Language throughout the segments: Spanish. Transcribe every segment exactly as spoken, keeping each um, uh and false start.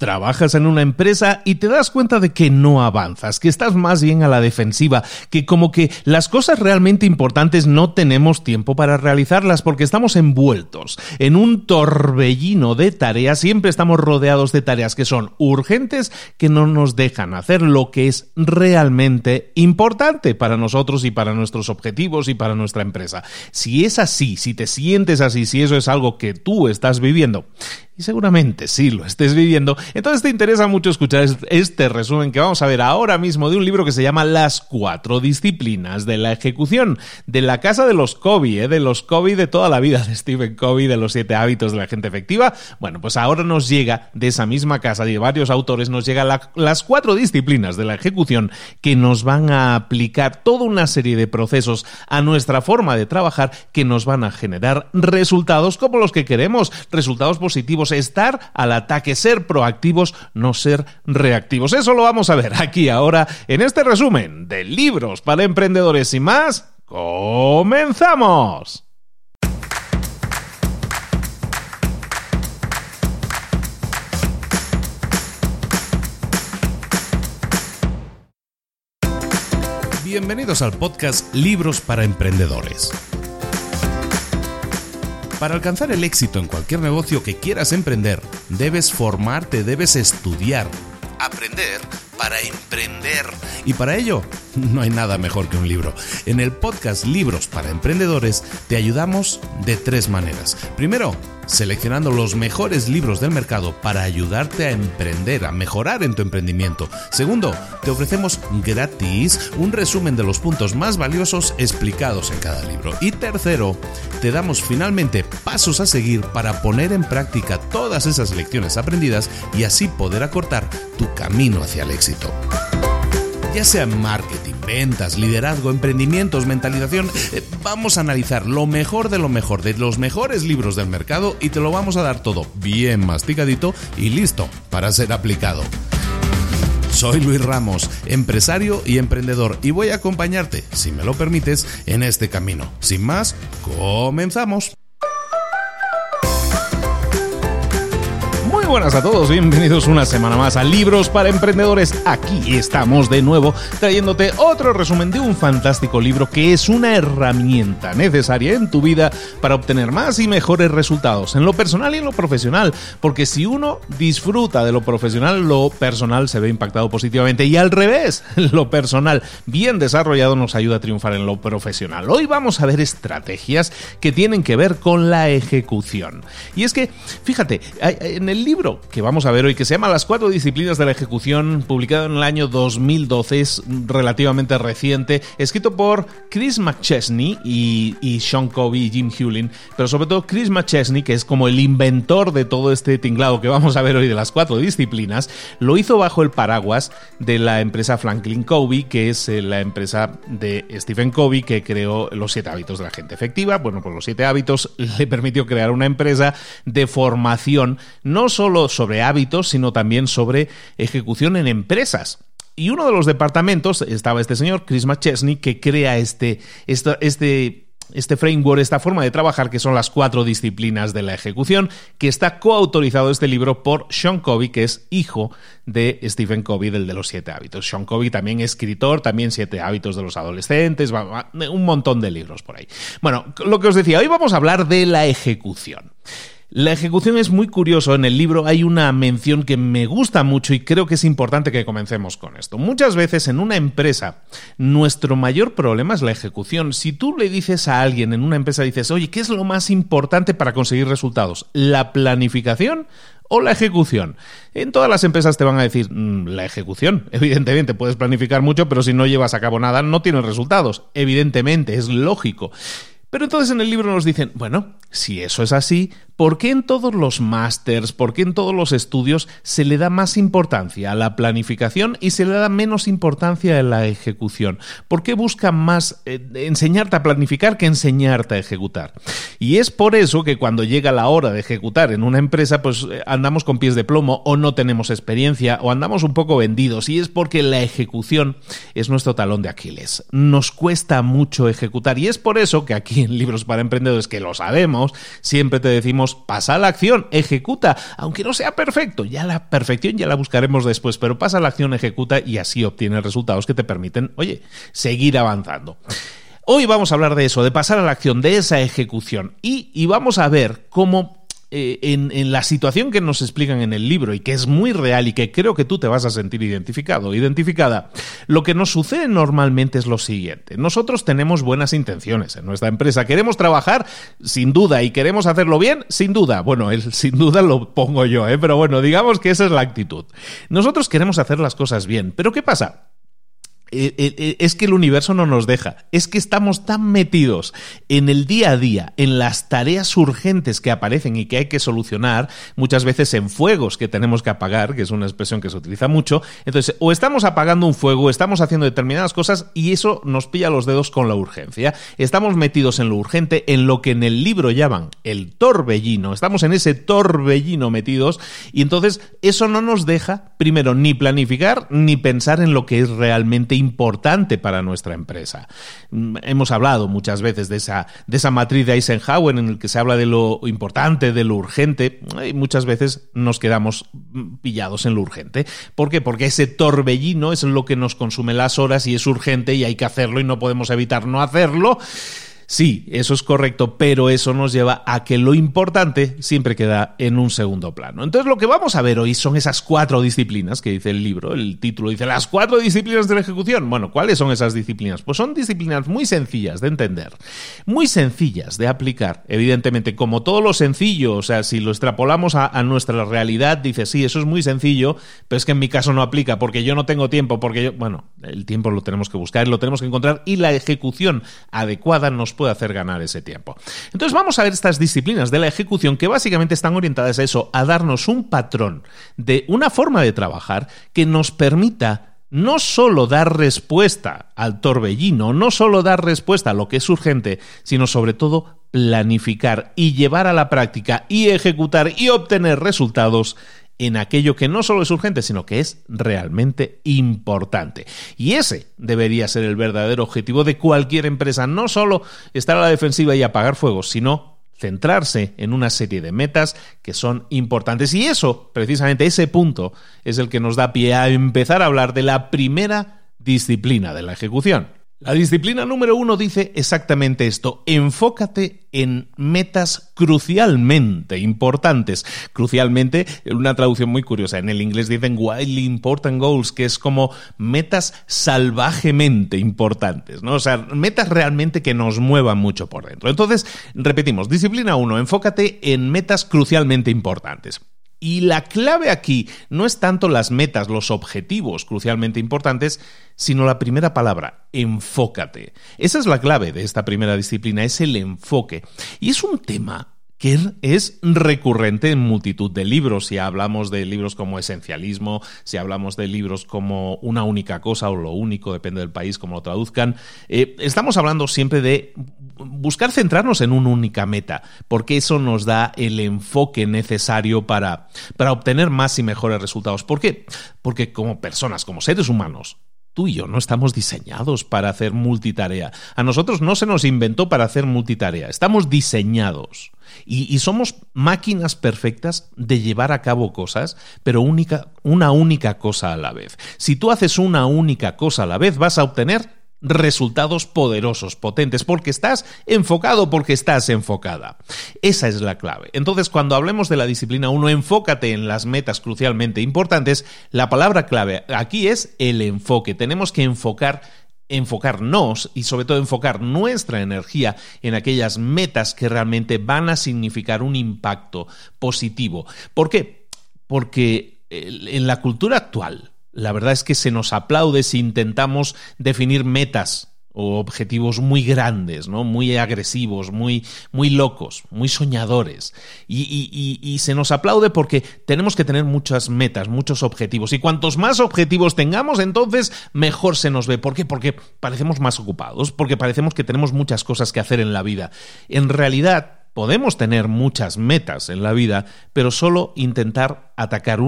Trabajas en una empresa y te das cuenta de que no avanzas, que estás más bien a la defensiva, que como que las cosas realmente importantes no tenemos tiempo para realizarlas porque estamos envueltos en un torbellino de tareas, siempre estamos rodeados de tareas que son urgentes, que no nos dejan hacer lo que es realmente importante para nosotros y para nuestros objetivos y para nuestra empresa. Si es así, si te sientes así, si eso es algo que tú estás viviendo, y seguramente sí lo estés viviendo, entonces te interesa mucho escuchar este resumen que vamos a ver ahora mismo de un libro que se llama Las cuatro disciplinas de la ejecución, de la casa de los Covey, ¿eh? de los Covey de toda la vida, de Stephen Covey, de los siete hábitos de la gente efectiva. Bueno, pues ahora nos llega de esa misma casa, de varios autores, nos llega la, las cuatro disciplinas de la ejecución que nos van a aplicar toda una serie de procesos a nuestra forma de trabajar que nos van a generar resultados como los que queremos, resultados positivos, estar al ataque, ser proactivos, no ser reactivos. Eso lo vamos a ver aquí ahora en este resumen de libros para emprendedores y más. ¡Comenzamos! Bienvenidos al podcast Libros para Emprendedores. Para alcanzar el éxito en cualquier negocio que quieras emprender, debes formarte, debes estudiar, aprender para emprender. Y para ello, no hay nada mejor que un libro. En el podcast Libros para Emprendedores te ayudamos de tres maneras. Primero, seleccionando los mejores libros del mercado para ayudarte a emprender, a mejorar en tu emprendimiento. Segundo, te ofrecemos gratis un resumen de los puntos más valiosos explicados en cada libro. Y tercero, te damos finalmente pasos a seguir para poner en práctica todas esas lecciones aprendidas y así poder acortar tu camino hacia el éxito. Ya sea marketing, ventas, liderazgo, emprendimientos, mentalización, eh, vamos a analizar lo mejor de lo mejor, de los mejores libros del mercado y te lo vamos a dar todo bien masticadito y listo para ser aplicado. Soy Luis Ramos, empresario y emprendedor, y voy a acompañarte, si me lo permites, en este camino. Sin más, comenzamos. Muy buenas a todos, bienvenidos una semana más a Libros para Emprendedores. Aquí estamos de nuevo trayéndote otro resumen de un fantástico libro que es una herramienta necesaria en tu vida para obtener más y mejores resultados en lo personal y en lo profesional, porque si uno disfruta de lo profesional, lo personal se ve impactado positivamente y al revés, lo personal bien desarrollado nos ayuda a triunfar en lo profesional. Hoy vamos a ver estrategias que tienen que ver con la ejecución. Y es que, fíjate, en el libro que vamos a ver hoy, que se llama Las cuatro disciplinas de la ejecución, publicado en el año dos mil doce, es relativamente reciente, escrito por Chris McChesney y, y Sean Covey y Jim Hewlin, pero sobre todo Chris McChesney, que es como el inventor de todo este tinglado que vamos a ver hoy de las cuatro disciplinas, lo hizo bajo el paraguas de la empresa Franklin Covey, que es la empresa de Stephen Covey, que creó los siete hábitos de la gente efectiva. Bueno, pues los siete hábitos le permitió crear una empresa de formación, no solo sobre hábitos, sino también sobre ejecución en empresas. Y uno de los departamentos estaba este señor, Chris McChesney, que crea este, este, este, este framework, esta forma de trabajar, que son las cuatro disciplinas de la ejecución, que está coautorizado este libro por Sean Covey, que es hijo de Stephen Covey, del de los siete hábitos. Sean Covey también escritor, también siete hábitos de los adolescentes, un montón de libros por ahí. Bueno, lo que os decía, hoy vamos a hablar de la ejecución. La ejecución es muy curioso. En el libro hay una mención que me gusta mucho y creo que es importante que comencemos con esto. Muchas veces en una empresa nuestro mayor problema es la ejecución. Si tú le dices a alguien en una empresa, dices, oye, ¿qué es lo más importante para conseguir resultados? ¿La planificación o la ejecución? En todas las empresas te van a decir mmm, la ejecución. Evidentemente puedes planificar mucho, pero si no llevas a cabo nada no tienes resultados. Evidentemente, es lógico. Pero entonces en el libro nos dicen, bueno, si eso es así, ¿por qué en todos los másters, por qué en todos los estudios se le da más importancia a la planificación y se le da menos importancia a la ejecución? ¿Por qué buscan más eh, enseñarte a planificar que enseñarte a ejecutar? Y es por eso que cuando llega la hora de ejecutar en una empresa, pues eh, andamos con pies de plomo o no tenemos experiencia o andamos un poco vendidos, y es porque la ejecución es nuestro talón de Aquiles. Nos cuesta mucho ejecutar y es por eso que aquí aquí en Libros para Emprendedores, que lo sabemos, siempre te decimos, pasa a la acción, ejecuta, aunque no sea perfecto, ya la perfección ya la buscaremos después, pero pasa a la acción, ejecuta y así obtienes resultados que te permiten, oye, seguir avanzando. Hoy vamos a hablar de eso, de pasar a la acción, de esa ejecución y, y vamos a ver cómo eh, en, en la situación que nos explican en el libro y que es muy real y que creo que tú te vas a sentir identificado, identificada, lo que nos sucede normalmente es lo siguiente. Nosotros tenemos buenas intenciones en nuestra empresa, queremos trabajar sin duda y queremos hacerlo bien sin duda. Bueno, el sin duda lo pongo yo, ¿eh? Pero bueno, digamos que esa es la actitud. Nosotros queremos hacer las cosas bien, pero ¿qué pasa? Es que el universo no nos deja, es que estamos tan metidos en el día a día, en las tareas urgentes que aparecen y que hay que solucionar, muchas veces en fuegos que tenemos que apagar, que es una expresión que se utiliza mucho. Entonces, o estamos apagando un fuego, o estamos haciendo determinadas cosas y eso nos pilla los dedos con la urgencia. Estamos metidos en lo urgente, en lo que en el libro llaman el torbellino, estamos en ese torbellino metidos y entonces eso no nos deja, primero, ni planificar ni pensar en lo que es realmente importante para nuestra empresa. Hemos hablado muchas veces de esa, de esa matriz de Eisenhower en el que se habla de lo importante, de lo urgente, y muchas veces nos quedamos pillados en lo urgente. ¿Por qué? Porque ese torbellino es lo que nos consume las horas y es urgente y hay que hacerlo y no podemos evitar no hacerlo. Sí, eso es correcto, pero eso nos lleva a que lo importante siempre queda en un segundo plano. Entonces, lo que vamos a ver hoy son esas cuatro disciplinas que dice el libro. El título dice, las cuatro disciplinas de la ejecución. Bueno, ¿cuáles son esas disciplinas? Pues son disciplinas muy sencillas de entender, muy sencillas de aplicar. Evidentemente, como todo lo sencillo, o sea, si lo extrapolamos a, a nuestra realidad, dice, sí, eso es muy sencillo, pero es que en mi caso no aplica porque yo no tengo tiempo, porque yo... Bueno, el tiempo lo tenemos que buscar, lo tenemos que encontrar y la ejecución adecuada nos puede hacer ganar ese tiempo. Entonces vamos a ver estas disciplinas de la ejecución que básicamente están orientadas a eso, a darnos un patrón de una forma de trabajar que nos permita no solo dar respuesta al torbellino, no solo dar respuesta a lo que es urgente, sino sobre todo planificar y llevar a la práctica y ejecutar y obtener resultados en aquello que no solo es urgente, sino que es realmente importante. Y ese debería ser el verdadero objetivo de cualquier empresa, no solo estar a la defensiva y apagar fuegos, sino centrarse en una serie de metas que son importantes. Y eso, precisamente ese punto, es el que nos da pie a empezar a hablar de la primera disciplina de la ejecución. La disciplina número uno dice exactamente esto: enfócate en metas crucialmente importantes. Crucialmente, una traducción muy curiosa, en el inglés dicen wildly important goals, que es como metas salvajemente importantes, ¿no? O sea, metas realmente que nos muevan mucho por dentro. Entonces, repetimos, disciplina uno, enfócate en metas crucialmente importantes. Y la clave aquí no es tanto las metas, los objetivos crucialmente importantes, sino la primera palabra, enfócate. Esa es la clave de esta primera disciplina, es el enfoque. Y es un tema que es recurrente en multitud de libros. Si hablamos de libros como Esencialismo, si hablamos de libros como Una única cosa o Lo único, depende del país como lo traduzcan, eh, estamos hablando siempre de buscar centrarnos en una única meta, porque eso nos da el enfoque necesario para, para obtener más y mejores resultados. ¿Por qué? Porque como personas, como seres humanos, tú y yo no estamos diseñados para hacer multitarea. A nosotros no se nos inventó para hacer multitarea. Estamos diseñados y, y somos máquinas perfectas de llevar a cabo cosas, pero única, una única cosa a la vez. Si tú haces una única cosa a la vez, vas a obtener resultados poderosos, potentes, porque estás enfocado, porque estás enfocada. Esa es la clave. Entonces, cuando hablemos de la disciplina uno, enfócate en las metas crucialmente importantes, la palabra clave aquí es el enfoque. Tenemos que enfocar enfocarnos y sobre todo enfocar nuestra energía en aquellas metas que realmente van a significar un impacto positivo. ¿Por qué? Porque en la cultura actual, la verdad es que se nos aplaude si intentamos definir metas o objetivos muy grandes, ¿no? Muy agresivos, muy, muy locos, muy soñadores. Y, y, y, y se nos aplaude porque tenemos que tener muchas metas, muchos objetivos. Y cuantos más objetivos tengamos, entonces mejor se nos ve. ¿Por qué? Porque parecemos más ocupados, porque parecemos que tenemos muchas cosas que hacer en la vida. En realidad, podemos tener muchas metas en la vida, pero solo intentar atacar una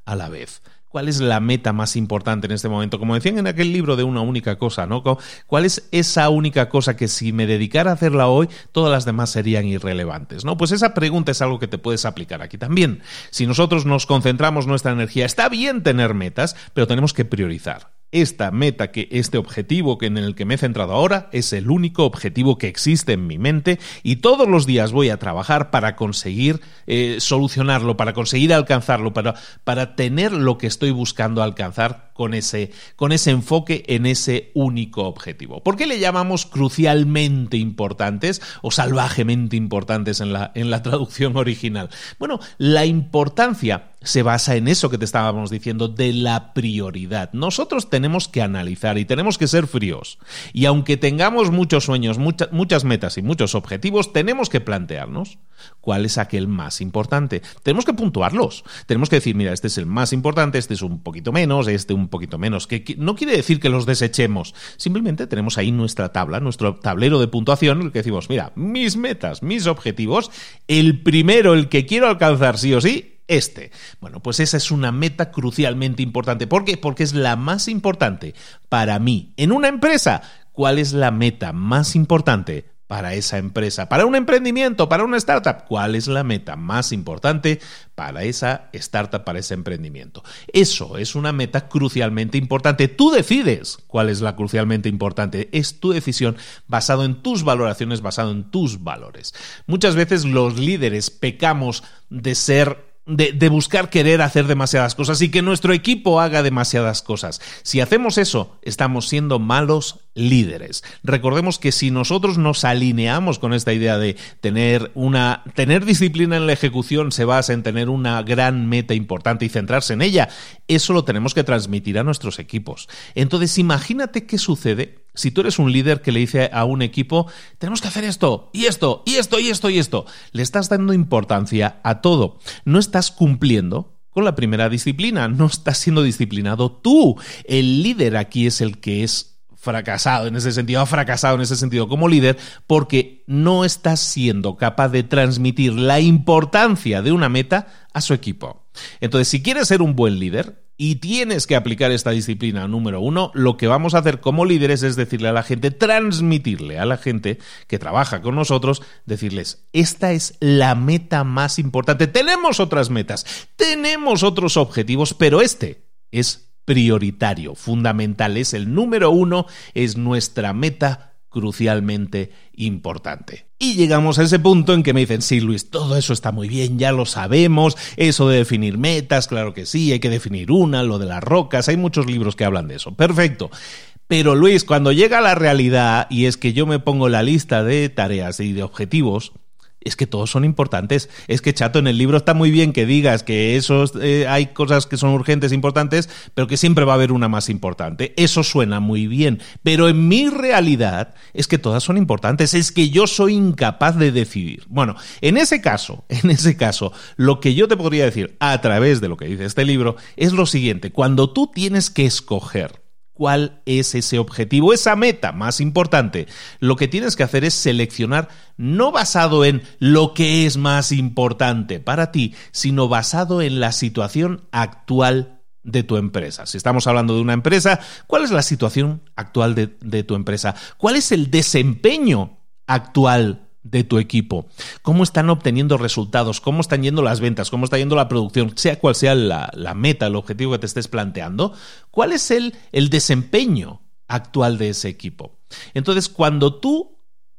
a la vez. ¿Cuál es la meta más importante en este momento? Como decían en aquel libro de una única cosa, ¿no? ¿Cuál es esa única cosa que si me dedicara a hacerla hoy, todas las demás serían irrelevantes, ¿no? Pues esa pregunta es algo que te puedes aplicar aquí también. Si nosotros nos concentramos nuestra energía, está bien tener metas, pero tenemos que priorizar. Esta meta, que este objetivo que en el que me he centrado ahora es el único objetivo que existe en mi mente y todos los días voy a trabajar para conseguir eh, solucionarlo, para conseguir alcanzarlo, para, para tener lo que estoy buscando alcanzar con ese, con ese enfoque en ese único objetivo. ¿Por qué le llamamos crucialmente importantes o salvajemente importantes en la, en la traducción original? Bueno, la importancia se basa en eso que te estábamos diciendo de la prioridad. Nosotros tenemos que analizar y tenemos que ser fríos. Y aunque tengamos muchos sueños, mucha, muchas metas y muchos objetivos, tenemos que plantearnos cuál es aquel más importante. Tenemos que puntuarlos. Tenemos que decir, mira, este es el más importante, este es un poquito menos, este un poquito menos. Que, que no quiere decir que los desechemos. Simplemente tenemos ahí nuestra tabla, nuestro tablero de puntuación, en el que decimos, mira, mis metas, mis objetivos, el primero, el que quiero alcanzar sí o sí, este. Bueno, pues esa es una meta crucialmente importante. ¿Por qué? Porque es la más importante para mí. En una empresa, ¿cuál es la meta más importante para esa empresa? Para un emprendimiento, para una startup, ¿cuál es la meta más importante para esa startup, para ese emprendimiento? Eso es una meta crucialmente importante. Tú decides cuál es la crucialmente importante. Es tu decisión basado en tus valoraciones, basado en tus valores. Muchas veces los líderes pecamos de ser De, de buscar querer hacer demasiadas cosas y que nuestro equipo haga demasiadas cosas. Si hacemos eso, estamos siendo malos líderes. Recordemos que si nosotros nos alineamos con esta idea de tener una tener disciplina en la ejecución se basa en tener una gran meta importante y centrarse en ella, eso lo tenemos que transmitir a nuestros equipos. Entonces, imagínate qué sucede si tú eres un líder que le dice a un equipo, tenemos que hacer esto, y esto, y esto, y esto, y esto. Le estás dando importancia a todo. No estás cumpliendo con la primera disciplina, no estás siendo disciplinado tú. El líder aquí es el que es fracasado en ese sentido, ha fracasado en ese sentido como líder porque no estás siendo capaz de transmitir la importancia de una meta a su equipo. Entonces, si quieres ser un buen líder y tienes que aplicar esta disciplina número uno, lo que vamos a hacer como líderes es decirle a la gente, transmitirle a la gente que trabaja con nosotros, decirles, esta es la meta más importante. Tenemos otras metas, tenemos otros objetivos, pero este es prioritario, fundamental, es el número uno, es nuestra meta crucialmente importante. Y llegamos a ese punto en que me dicen, sí, Luis, todo eso está muy bien, ya lo sabemos, eso de definir metas, claro que sí, hay que definir una, lo de las rocas, hay muchos libros que hablan de eso, perfecto. Pero Luis, cuando llega la realidad y es que yo me pongo la lista de tareas y de objetivos, es que todos son importantes. Es que, chato, en el libro está muy bien que digas que esos, eh, hay cosas que son urgentes, importantes, pero que siempre va a haber una más importante. Eso suena muy bien. Pero en mi realidad es que todas son importantes. Es que yo soy incapaz de decidir. Bueno, en ese caso, en ese caso, lo que yo te podría decir a través de lo que dice este libro es lo siguiente. Cuando tú tienes que escoger ¿cuál es ese objetivo, esa meta más importante? Lo que tienes que hacer es seleccionar no basado en lo que es más importante para ti, sino basado en la situación actual de tu empresa. Si estamos hablando de una empresa, ¿cuál es la situación actual de, de tu empresa? ¿Cuál es el desempeño actual de tu equipo? ¿Cómo están obteniendo resultados? ¿Cómo están yendo las ventas? ¿Cómo está yendo la producción? Sea cual sea la, la meta, el objetivo que te estés planteando, ¿cuál es el, el desempeño actual de ese equipo? Entonces, cuando tú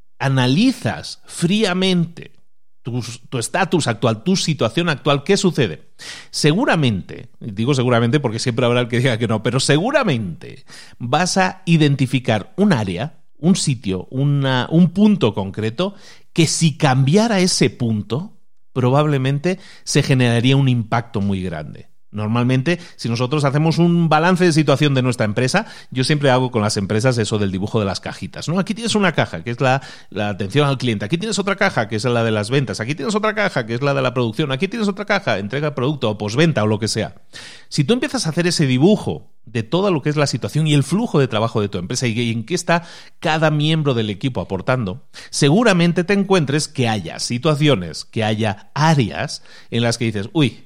analizas fríamente tu estatus actual, tu situación actual, ¿qué sucede? Seguramente, digo seguramente porque siempre habrá el que diga que no, pero seguramente vas a identificar un área, un sitio, una, un punto concreto, que si cambiara ese punto, probablemente se generaría un impacto muy grande. Normalmente, si nosotros hacemos un balance de situación de nuestra empresa, yo siempre hago con las empresas eso del dibujo de las cajitas, ¿no? Aquí tienes una caja, que es la, la atención al cliente. Aquí tienes otra caja, que es la de las ventas. Aquí tienes otra caja, que es la de la producción. Aquí tienes otra caja, entrega de producto o postventa o lo que sea. Si tú empiezas a hacer ese dibujo de todo lo que es la situación y el flujo de trabajo de tu empresa y en qué está cada miembro del equipo aportando, seguramente te encuentres que haya situaciones, que haya áreas en las que dices, uy,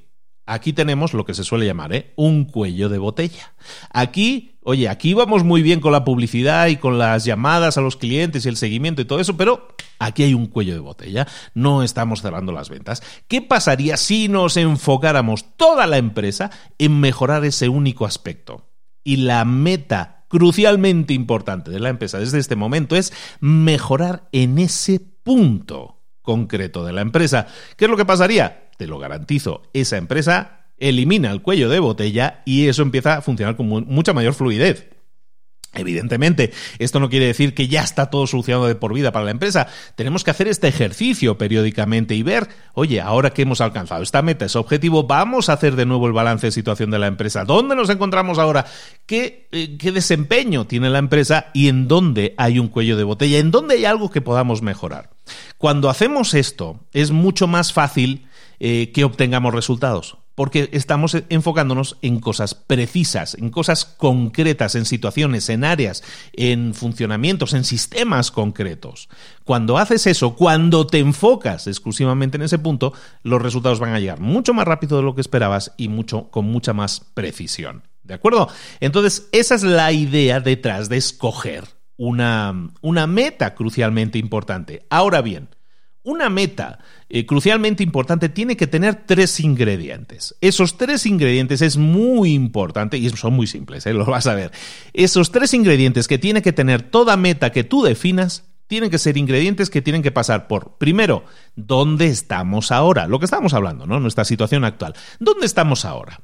aquí tenemos lo que se suele llamar, ¿eh? un cuello de botella. Aquí, oye, aquí vamos muy bien con la publicidad y con las llamadas a los clientes y el seguimiento y todo eso, pero aquí hay un cuello de botella. No estamos cerrando las ventas. ¿Qué pasaría si nos enfocáramos toda la empresa en mejorar ese único aspecto? Y la meta crucialmente importante de la empresa desde este momento es mejorar en ese punto concreto de la empresa. ¿Qué es lo que pasaría? Te lo garantizo, esa empresa elimina el cuello de botella y eso empieza a funcionar con mucha mayor fluidez. Evidentemente, esto no quiere decir que ya está todo solucionado de por vida para la empresa. Tenemos que hacer este ejercicio periódicamente y ver, oye, ahora que hemos alcanzado esta meta, ese objetivo, vamos a hacer de nuevo el balance de situación de la empresa. ¿Dónde nos encontramos ahora? ¿Qué, eh, qué desempeño tiene la empresa y en dónde hay un cuello de botella? ¿En dónde hay algo que podamos mejorar? Cuando hacemos esto, es mucho más fácil eh, que obtengamos resultados. Porque estamos enfocándonos en cosas precisas, en cosas concretas, en situaciones, en áreas, en funcionamientos, en sistemas concretos. Cuando haces eso, cuando te enfocas exclusivamente en ese punto, los resultados van a llegar mucho más rápido de lo que esperabas y mucho, con mucha más precisión. ¿De acuerdo? Entonces, esa es la idea detrás de escoger una, una meta crucialmente importante. Ahora bien, una meta eh, crucialmente importante tiene que tener tres ingredientes. Esos tres ingredientes es muy importante y son muy simples, ¿eh? Lo vas a ver. Esos tres ingredientes que tiene que tener toda meta que tú definas tienen que ser ingredientes que tienen que pasar por, primero, ¿dónde estamos ahora? Lo que estamos hablando, ¿no? Nuestra situación actual. ¿Dónde estamos ahora?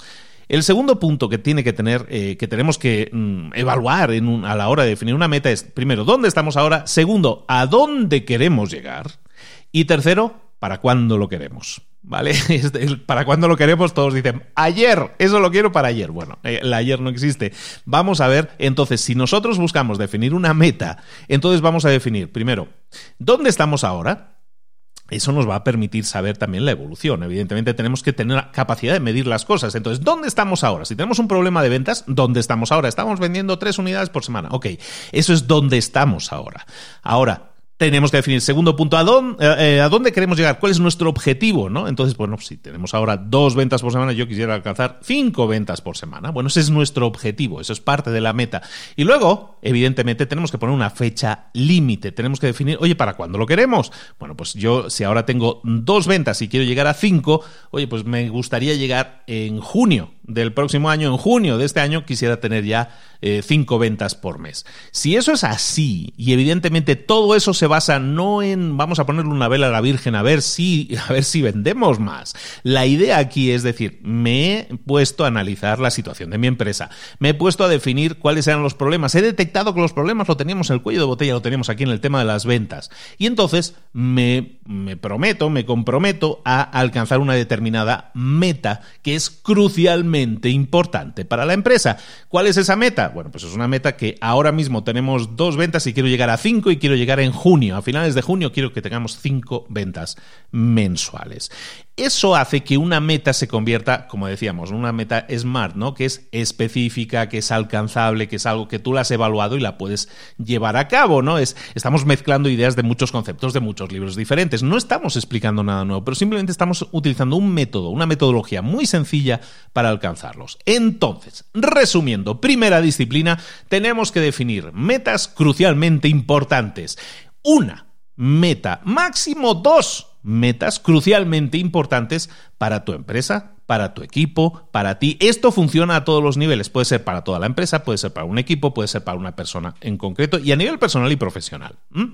El segundo punto que tiene que tener, eh, que tenemos que mm, evaluar en un, a la hora de definir una meta es, primero, ¿dónde estamos ahora? Segundo, ¿a dónde queremos llegar? Y tercero, ¿para cuándo lo queremos? ¿Vale? Para cuándo lo queremos, todos dicen, ayer, eso lo quiero para ayer. Bueno, el ayer no existe. Vamos a ver, entonces, si nosotros buscamos definir una meta, entonces vamos a definir, primero, ¿dónde estamos ahora? Eso nos va a permitir saber también la evolución. Evidentemente tenemos que tener la capacidad de medir las cosas. Entonces, ¿dónde estamos ahora? Si tenemos un problema de ventas, ¿dónde estamos ahora? Estamos vendiendo tres unidades por semana. Ok, eso es dónde estamos ahora. Ahora, tenemos que definir, segundo punto, ¿a dónde, eh, ¿a dónde queremos llegar? ¿Cuál es nuestro objetivo? ¿No? Entonces, bueno, si tenemos ahora dos ventas por semana, yo quisiera alcanzar cinco ventas por semana. Bueno, ese es nuestro objetivo, eso es parte de la meta. Y luego, evidentemente, tenemos que poner una fecha límite. Tenemos que definir, oye, ¿para cuándo lo queremos? Bueno, pues yo, si ahora tengo dos ventas y quiero llegar a cinco, oye, pues me gustaría llegar en junio del próximo año, en junio de este año, quisiera tener ya eh, cinco ventas por mes. Si eso es así, y evidentemente todo eso se basa no en vamos a ponerle una vela a la Virgen a ver si, a ver si vendemos más. La idea aquí es decir, me he puesto a analizar la situación de mi empresa, me he puesto a definir cuáles eran los problemas, he detectado que los problemas lo teníamos en el cuello de botella, lo teníamos aquí en el tema de las ventas, y entonces me, me prometo, me comprometo a alcanzar una determinada meta que es crucialmente importante para la empresa. ¿Cuál es esa meta? Bueno, pues es una meta que ahora mismo tenemos dos ventas y quiero llegar a cinco y quiero llegar en junio. A finales de junio quiero que tengamos cinco ventas mensuales. Eso hace que una meta se convierta, como decíamos, una meta SMART, ¿no? Que es específica, que es alcanzable, que es algo que tú la has evaluado y la puedes llevar a cabo, ¿no? Es, estamos mezclando ideas de muchos conceptos, de muchos libros diferentes. No estamos explicando nada nuevo, pero simplemente estamos utilizando un método, una metodología muy sencilla para alcanzarlos. Entonces, resumiendo, primera disciplina, tenemos que definir metas crucialmente importantes. Una meta, máximo dos metas crucialmente importantes para tu empresa, para tu equipo, para ti. Esto funciona a todos los niveles. Puede ser para toda la empresa, puede ser para un equipo, puede ser para una persona en concreto y a nivel personal y profesional. ¿Mm?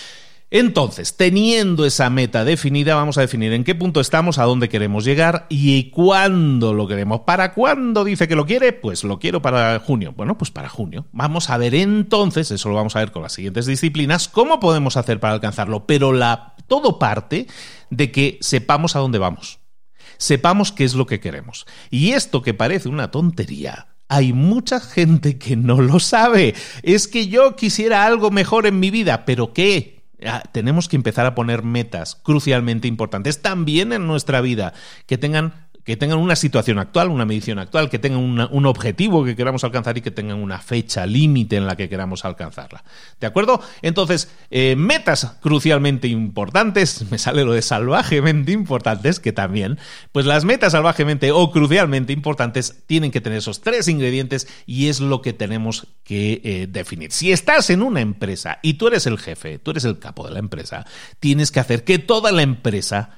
Entonces, teniendo esa meta definida, vamos a definir en qué punto estamos, a dónde queremos llegar y cuándo lo queremos. ¿Para cuándo dice que lo quiere? Pues lo quiero para junio. Bueno, pues para junio. Vamos a ver entonces, eso lo vamos a ver con las siguientes disciplinas, cómo podemos hacer para alcanzarlo. Pero la, todo parte de que sepamos a dónde vamos. Sepamos qué es lo que queremos. Y esto que parece una tontería, hay mucha gente que no lo sabe. Es que yo quisiera algo mejor en mi vida, ¿pero qué? Tenemos que empezar a poner metas crucialmente importantes también en nuestra vida, que tengan que tengan una situación actual, una medición actual, que tengan una, un objetivo que queramos alcanzar y que tengan una fecha límite en la que queramos alcanzarla. ¿De acuerdo? Entonces, eh, metas crucialmente importantes, me sale lo de salvajemente importantes, que también, pues las metas salvajemente o crucialmente importantes tienen que tener esos tres ingredientes y es lo que tenemos que eh, definir. Si estás en una empresa y tú eres el jefe, tú eres el capo de la empresa, tienes que hacer que toda la empresa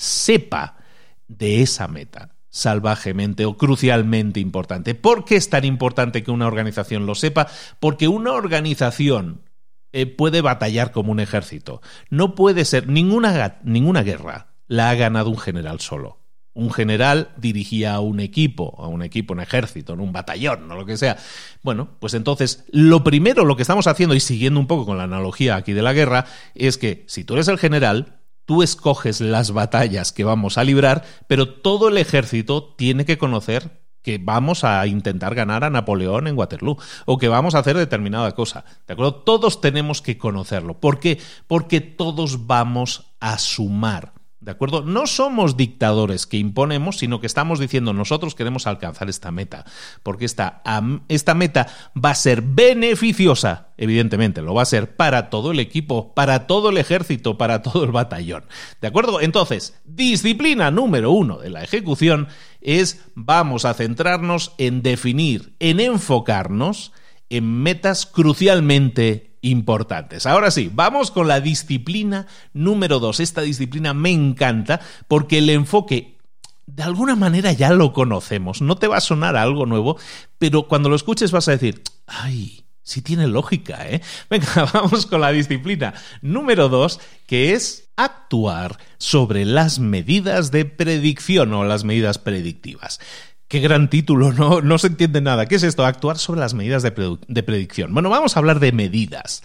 sepa de esa meta salvajemente o crucialmente importante. ¿Por qué es tan importante que una organización lo sepa? Porque una organización eh, puede batallar como un ejército. No puede ser ninguna, ninguna guerra la ha ganado un general solo. Un general dirigía a un equipo, a un equipo, un ejército, un batallón, o lo que sea. Bueno, pues entonces, lo primero, lo que estamos haciendo, y siguiendo un poco con la analogía aquí de la guerra, es que si tú eres el general, tú escoges las batallas que vamos a librar, pero todo el ejército tiene que conocer que vamos a intentar ganar a Napoleón en Waterloo o que vamos a hacer determinada cosa. ¿De acuerdo? Todos tenemos que conocerlo. ¿Por qué? Porque todos vamos a sumar. ¿De acuerdo? No somos dictadores que imponemos, sino que estamos diciendo nosotros queremos alcanzar esta meta, porque esta, esta meta va a ser beneficiosa, evidentemente, lo va a ser para todo el equipo, para todo el ejército, para todo el batallón. ¿De acuerdo? Entonces, disciplina número uno de la ejecución es vamos a centrarnos en definir, en enfocarnos en metas crucialmente importantes. Ahora sí, vamos con la disciplina número dos. Esta disciplina me encanta porque el enfoque, de alguna manera ya lo conocemos. No te va a sonar a algo nuevo, pero cuando lo escuches vas a decir, ¡ay! Sí tiene lógica, ¿eh? Venga, vamos con la disciplina número dos, que es actuar sobre las medidas de predicción o las medidas predictivas. Qué gran título, no, no se entiende nada. ¿Qué es esto? Actuar sobre las medidas de, predu- de predicción. Bueno, vamos a hablar de medidas.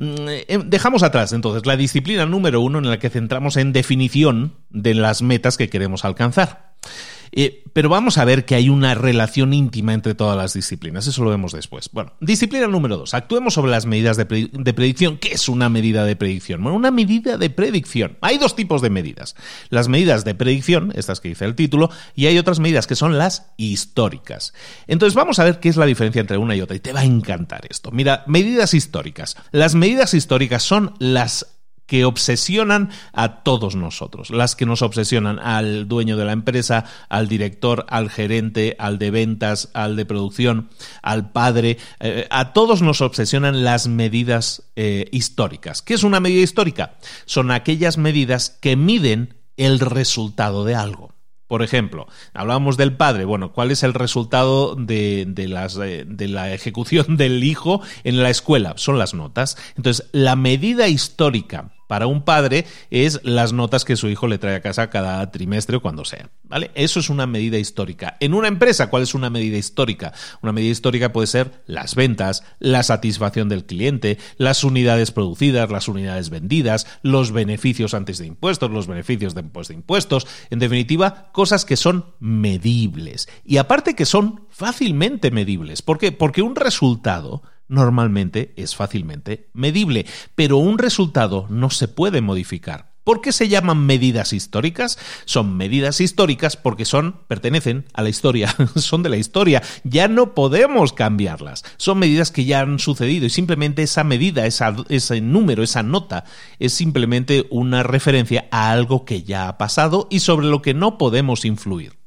Dejamos atrás, entonces, la disciplina número uno en la que centramos en definición de las metas que queremos alcanzar. Eh, pero vamos a ver que hay una relación íntima entre todas las disciplinas. Eso lo vemos después. Bueno, disciplina número dos. Actuemos sobre las medidas de, pre- de predicción. ¿Qué es una medida de predicción? Bueno, una medida de predicción. Hay dos tipos de medidas. Las medidas de predicción, estas que dice el título, y hay otras medidas que son las históricas. Entonces vamos a ver qué es la diferencia entre una y otra. Y te va a encantar esto. Mira, medidas históricas. Las medidas históricas son las que obsesionan a todos nosotros, las que nos obsesionan al dueño de la empresa, al director, al gerente, al de ventas, al de producción, al padre, eh, a todos nos obsesionan las medidas eh, históricas. ¿Qué es una medida histórica? Son aquellas medidas que miden el resultado de algo. Por ejemplo, hablábamos del padre. Bueno, ¿cuál es el resultado de, de, las, de la ejecución del hijo en la escuela? Son las notas. Entonces, la medida histórica para un padre es las notas que su hijo le trae a casa cada trimestre o cuando sea, ¿vale? Eso es una medida histórica. En una empresa, ¿cuál es una medida histórica? Una medida histórica puede ser las ventas, la satisfacción del cliente, las unidades producidas, las unidades vendidas, los beneficios antes de impuestos, los beneficios después de impuestos. En definitiva, cosas que son medibles. Y aparte que son fácilmente medibles. ¿Por qué? Porque un resultado normalmente es fácilmente medible, pero un resultado no se puede modificar. ¿Por qué se llaman medidas históricas? Son medidas históricas porque son, pertenecen a la historia, son de la historia, ya no podemos cambiarlas. Son medidas que ya han sucedido y simplemente esa medida, esa, ese número, esa nota, es simplemente una referencia a algo que ya ha pasado y sobre lo que no podemos influir.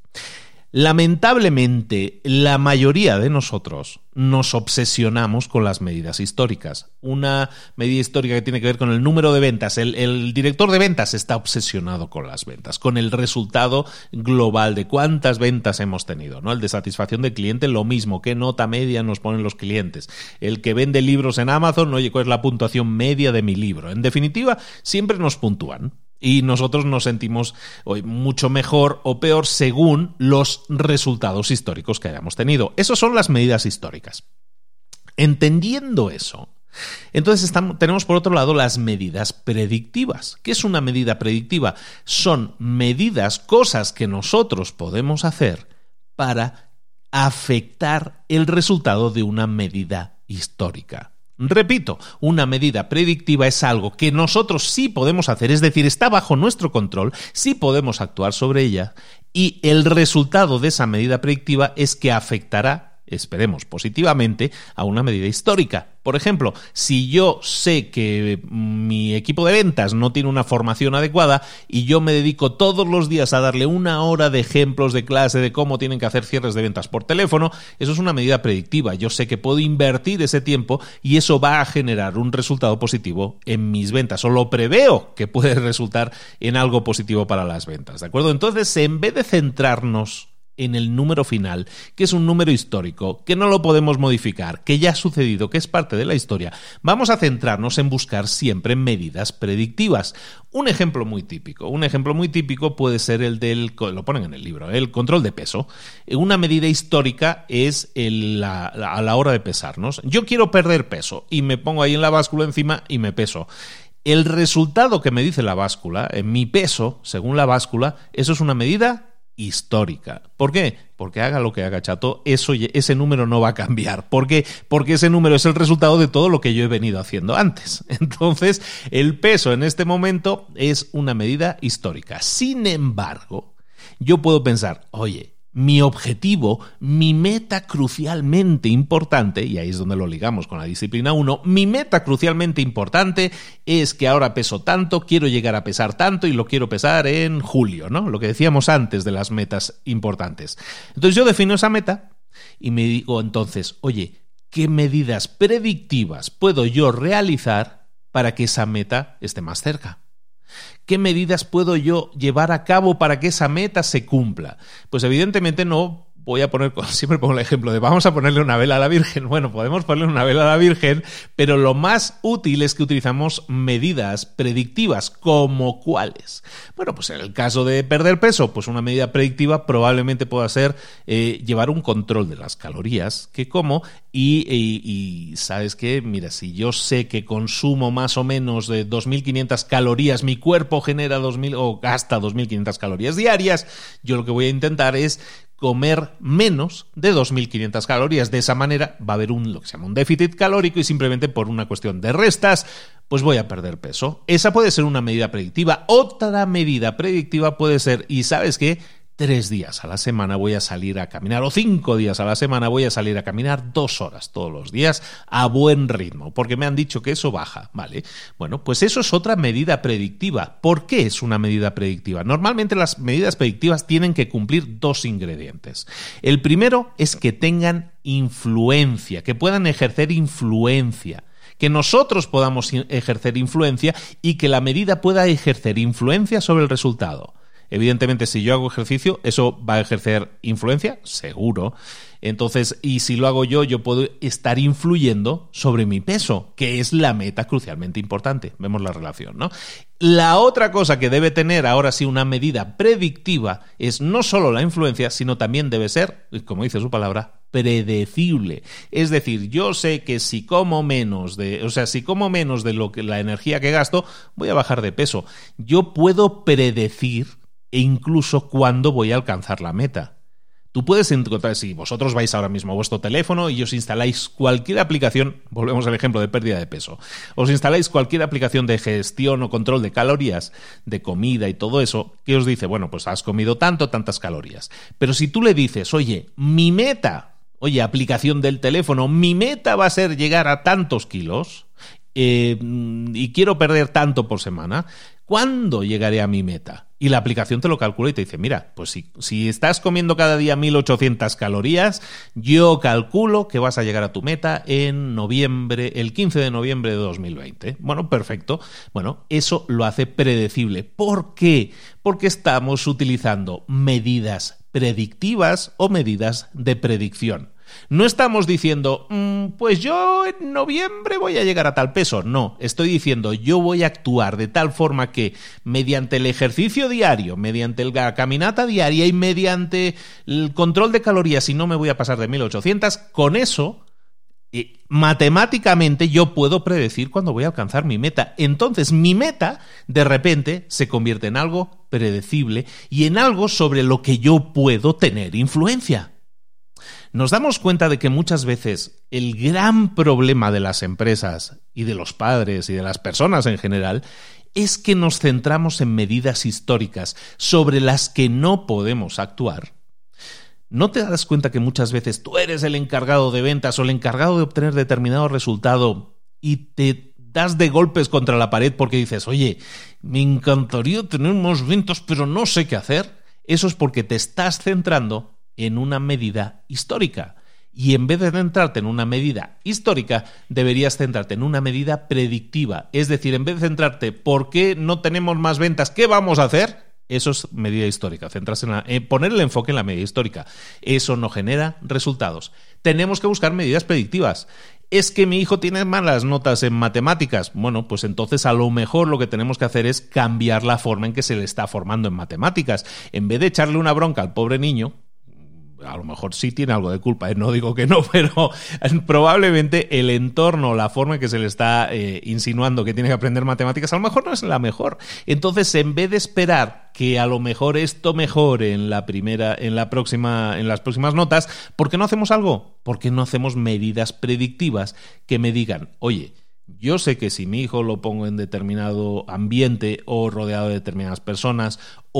Lamentablemente, la mayoría de nosotros nos obsesionamos con las medidas históricas. Una medida histórica que tiene que ver con el número de ventas. El, el director de ventas está obsesionado con las ventas, con el resultado global de cuántas ventas hemos tenido, ¿no? El de satisfacción del cliente, lo mismo, qué nota media nos ponen los clientes. El que vende libros en Amazon, oye, ¿cuál es la puntuación media de mi libro? En definitiva, siempre nos puntúan. Y nosotros nos sentimos hoy mucho mejor o peor según los resultados históricos que hayamos tenido. Esas son las medidas históricas. Entendiendo eso, entonces estamos, tenemos por otro lado las medidas predictivas. ¿Qué es una medida predictiva? Son medidas, cosas que nosotros podemos hacer para afectar el resultado de una medida histórica. Repito, una medida predictiva es algo que nosotros sí podemos hacer, es decir, está bajo nuestro control, sí podemos actuar sobre ella Y el resultado de esa medida predictiva es que afectará, esperemos positivamente, a una medida histórica. Por ejemplo, si yo sé que mi equipo de ventas no tiene una formación adecuada y yo me dedico todos los días a darle una hora de ejemplos de clase de cómo tienen que hacer cierres de ventas por teléfono, eso es una medida predictiva. Yo sé que puedo invertir ese tiempo y eso va a generar un resultado positivo en mis ventas, o lo preveo que puede resultar en algo positivo para las ventas, ¿de acuerdo? Entonces, en vez de centrarnos en el número final, que es un número histórico, que no lo podemos modificar, que ya ha sucedido, que es parte de la historia, vamos a centrarnos en buscar siempre medidas predictivas. Un ejemplo muy típico, un ejemplo muy típico puede ser el del, lo ponen en el libro, el control de peso. Una medida histórica es el, la, a la hora de pesarnos. Yo quiero perder peso y me pongo ahí en la báscula encima y me peso. El resultado que me dice la báscula, en mi peso, según la báscula, eso es una medida histórica. ¿Por qué? Porque haga lo que haga, chato, eso, ese número no va a cambiar. ¿Por qué? Porque ese número es el resultado de todo lo que yo he venido haciendo antes. Entonces, el peso en este momento es una medida histórica. Sin embargo, yo puedo pensar, oye, mi objetivo, mi meta crucialmente importante, y ahí es donde lo ligamos con la disciplina uno, mi meta crucialmente importante es que ahora peso tanto, quiero llegar a pesar tanto y lo quiero pesar en julio, ¿no? Lo que decíamos antes de las metas importantes. Entonces yo defino esa meta y me digo entonces, oye, ¿qué medidas predictivas puedo yo realizar para que esa meta esté más cerca? ¿Qué medidas puedo yo llevar a cabo para que esa meta se cumpla? Pues evidentemente no voy a poner, siempre pongo el ejemplo de vamos a ponerle una vela a la Virgen. Bueno, podemos ponerle una vela a la Virgen, pero lo más útil es que utilizamos medidas predictivas. ¿Como cuáles? Bueno, pues en el caso de perder peso, pues una medida predictiva probablemente pueda ser eh, llevar un control de las calorías que como y, y, y ¿sabes qué? Mira, si yo sé que consumo más o menos de dos mil quinientas calorías, mi cuerpo genera dos mil o gasta dos mil quinientas calorías diarias, yo lo que voy a intentar es comer menos de dos mil quinientas calorías. De esa manera va a haber un, lo que se llama un déficit calórico y simplemente por una cuestión de restas, pues voy a perder peso. Esa puede ser una medida predictiva. Otra medida predictiva puede ser, ¿y sabes qué? Tres días a la semana voy a salir a caminar, o cinco días a la semana voy a salir a caminar dos horas todos los días a buen ritmo, porque me han dicho que eso baja, ¿vale? Bueno, pues eso es otra medida predictiva. ¿Por qué es una medida predictiva? Normalmente las medidas predictivas tienen que cumplir dos ingredientes. El primero es que tengan influencia, que puedan ejercer influencia, que nosotros podamos ejercer influencia y que la medida pueda ejercer influencia sobre el resultado. Evidentemente, si yo hago ejercicio, ¿eso va a ejercer influencia? Seguro. Entonces, y si lo hago yo, yo puedo estar influyendo sobre mi peso, que es la meta crucialmente importante. Vemos la relación, ¿no? La otra cosa que debe tener ahora sí una medida predictiva es no solo la influencia, sino también debe ser, como dice su palabra, predecible. Es decir, yo sé que si como menos de, o sea, si como menos de lo que la energía que gasto, voy a bajar de peso. Yo puedo predecir e incluso cuándo voy a alcanzar la meta. Tú puedes encontrar, si vosotros vais ahora mismo a vuestro teléfono y os instaláis cualquier aplicación, volvemos al ejemplo de pérdida de peso, os instaláis cualquier aplicación de gestión o control de calorías, de comida y todo eso, que os dice, bueno, pues has comido tanto, tantas calorías. Pero si tú le dices, oye, mi meta, oye, aplicación del teléfono, mi meta va a ser llegar a tantos kilos eh, y quiero perder tanto por semana, ¿cuándo llegaré a mi meta? Y la aplicación te lo calcula y te dice, mira, pues si, si estás comiendo cada día mil ochocientas calorías, yo calculo que vas a llegar a tu meta en noviembre, el quince de noviembre de dos mil veinte. Bueno, perfecto. Bueno, eso lo hace predecible. ¿Por qué? Porque estamos utilizando medidas predictivas o medidas de predicción. No estamos diciendo, mmm, pues yo en noviembre voy a llegar a tal peso. No, estoy diciendo, yo voy a actuar de tal forma que mediante el ejercicio diario, mediante la caminata diaria y mediante el control de calorías, si no me voy a pasar de mil ochocientas, con eso, eh, matemáticamente yo puedo predecir cuándo voy a alcanzar mi meta. Entonces, mi meta, de repente, se convierte en algo predecible y en algo sobre lo que yo puedo tener influencia. Nos damos cuenta de que muchas veces el gran problema de las empresas y de los padres y de las personas en general es que nos centramos en medidas históricas sobre las que no podemos actuar. ¿No te das cuenta que muchas veces tú eres el encargado de ventas o el encargado de obtener determinado resultado y te das de golpes contra la pared porque dices, oye, me encantaría tener más ventas, pero no sé qué hacer? Eso es porque te estás centrando en una medida histórica. Y en vez de centrarte en una medida histórica, deberías centrarte en una medida predictiva. Es decir, en vez de centrarte ¿por qué no tenemos más ventas? ¿Qué vamos a hacer? Eso es medida histórica. Centrarse en, la, en poner el enfoque en la medida histórica. Eso no genera resultados. Tenemos que buscar medidas predictivas. ¿Es que mi hijo tiene malas notas en matemáticas? Bueno, pues entonces a lo mejor lo que tenemos que hacer es cambiar la forma en que se le está formando en matemáticas. En vez de echarle una bronca al pobre niño, a lo mejor sí tiene algo de culpa, ¿eh? No digo que no, pero probablemente el entorno, la forma en que se le está eh, insinuando que tiene que aprender matemáticas, a lo mejor no es la mejor. Entonces, en vez de esperar que a lo mejor esto mejore en la primera, en la próxima, en las próximas notas, ¿por qué no hacemos algo? ¿Por qué no hacemos medidas predictivas que me digan, oye, yo sé que si mi hijo lo pongo en determinado ambiente o rodeado de determinadas personas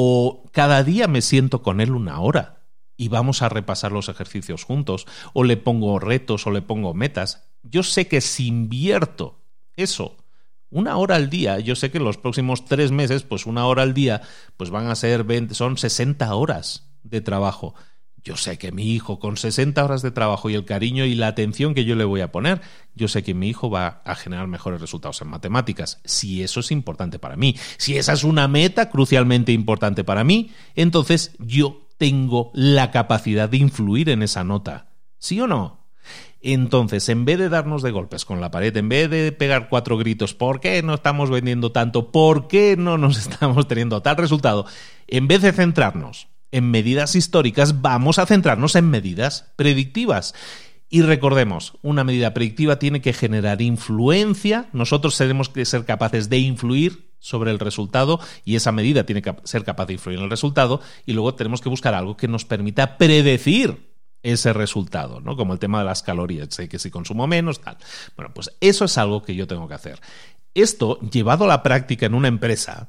o cada día me siento con él una hora y vamos a repasar los ejercicios juntos, o le pongo retos o le pongo metas, yo sé que si invierto eso una hora al día, yo sé que en los próximos tres meses, pues una hora al día, pues van a ser veinte, son sesenta horas de trabajo. Yo sé que mi hijo, con sesenta horas de trabajo y el cariño y la atención que yo le voy a poner, yo sé que mi hijo va a generar mejores resultados en matemáticas. Si eso es importante para mí, si esa es una meta crucialmente importante para mí, entonces yo tengo la capacidad de influir en esa nota. ¿Sí o no? Entonces, en vez de darnos de golpes con la pared, en vez de pegar cuatro gritos, ¿por qué no estamos vendiendo tanto? ¿Por qué no nos estamos teniendo tal resultado? En vez de centrarnos en medidas históricas, vamos a centrarnos en medidas predictivas. Y recordemos, una medida predictiva tiene que generar influencia. Nosotros tenemos que ser capaces de influir sobre el resultado y esa medida tiene que ser capaz de influir en el resultado y luego tenemos que buscar algo que nos permita predecir ese resultado, ¿no? Como el tema de las calorías, sé que si consumo menos, tal. Bueno, pues eso es algo que yo tengo que hacer. Esto, llevado a la práctica en una empresa,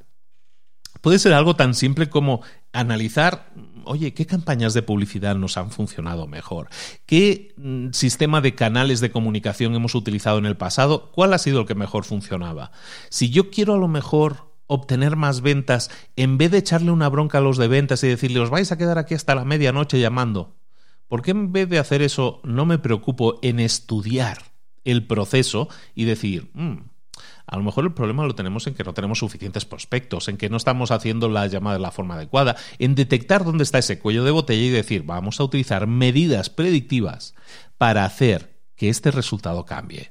puede ser algo tan simple como analizar, oye, ¿qué campañas de publicidad nos han funcionado mejor? ¿Qué mm, sistema de canales de comunicación hemos utilizado en el pasado? ¿Cuál ha sido el que mejor funcionaba? Si yo quiero a lo mejor obtener más ventas, en vez de echarle una bronca a los de ventas y decirle, os vais a quedar aquí hasta la medianoche llamando, ¿por qué en vez de hacer eso no me preocupo en estudiar el proceso y decir, mmm, a lo mejor el problema lo tenemos en que no tenemos suficientes prospectos, en que no estamos haciendo la llamada de la forma adecuada, en detectar dónde está ese cuello de botella y decir, vamos a utilizar medidas predictivas para hacer que este resultado cambie?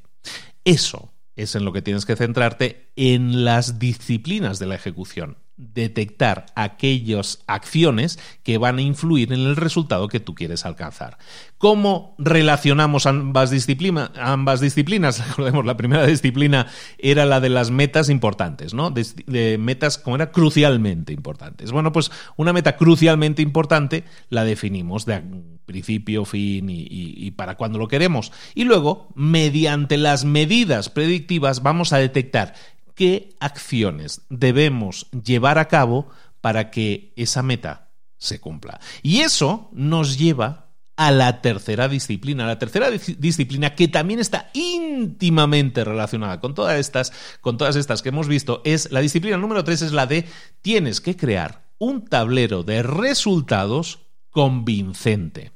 Eso es en lo que tienes que centrarte en las disciplinas de la ejecución. Detectar aquellas acciones que van a influir en el resultado que tú quieres alcanzar. ¿Cómo relacionamos ambas, disciplina, ambas disciplinas? Recordemos, la primera disciplina era la de las metas importantes, ¿no? De, de metas como era crucialmente importantes. Bueno, pues una meta crucialmente importante la definimos de principio, fin y, y, y para cuándo lo queremos. Y luego, mediante las medidas predictivas, vamos a detectar qué acciones debemos llevar a cabo para que esa meta se cumpla. Y eso nos lleva a la tercera disciplina. La tercera dis- disciplina que también está íntimamente relacionada con todas estas, con todas estas que hemos visto, es la disciplina número tres, es la de tienes que crear un tablero de resultados convincente.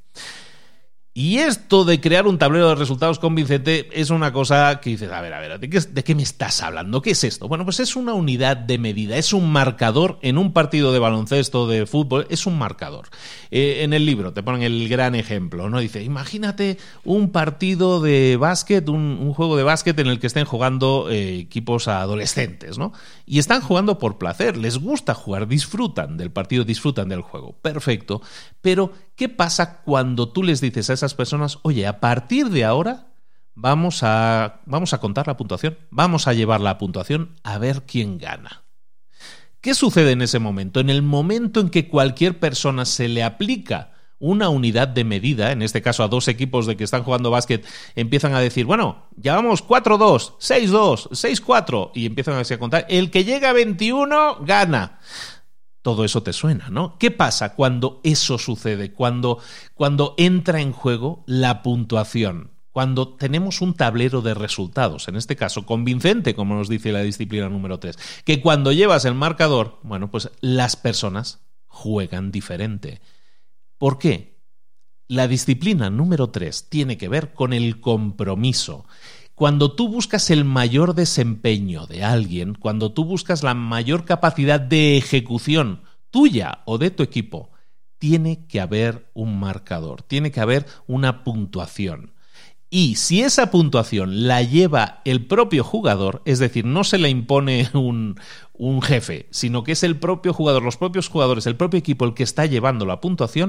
Y esto de crear un tablero de resultados convincente es una cosa que dices, a ver, a ver, ¿de qué, ¿de qué me estás hablando? ¿Qué es esto? Bueno, pues es una unidad de medida, es un marcador en un partido de baloncesto, de fútbol, es un marcador. Eh, en el libro te ponen el gran ejemplo, ¿no? Dice, imagínate un partido de básquet, un, un juego de básquet en el que estén jugando eh, equipos adolescentes, ¿no? Y están jugando por placer, les gusta jugar, disfrutan del partido, disfrutan del juego. Perfecto, pero ¿qué pasa cuando tú les dices a esas personas, oye, a partir de ahora vamos a, vamos a contar la puntuación, vamos a llevar la puntuación a ver quién gana? ¿Qué sucede en ese momento? En el momento en que cualquier persona se le aplica una unidad de medida, en este caso a dos equipos de que están jugando básquet, empiezan a decir, bueno, ya vamos cuatro dos, seis dos, seis cuatro, y empiezan así a contar, el que llega a veintiuno gana. Todo eso te suena, ¿no? ¿Qué pasa cuando eso sucede? Cuando, cuando entra en juego la puntuación, cuando tenemos un tablero de resultados, en este caso convincente, como nos dice la disciplina número tres, que cuando llevas el marcador, bueno, pues las personas juegan diferente. ¿Por qué? La disciplina número tres tiene que ver con el compromiso. Cuando tú buscas el mayor desempeño de alguien, cuando tú buscas la mayor capacidad de ejecución tuya o de tu equipo, tiene que haber un marcador, tiene que haber una puntuación. Y si esa puntuación la lleva el propio jugador, es decir, no se le impone un, un jefe, sino que es el propio jugador, los propios jugadores, el propio equipo el que está llevando la puntuación,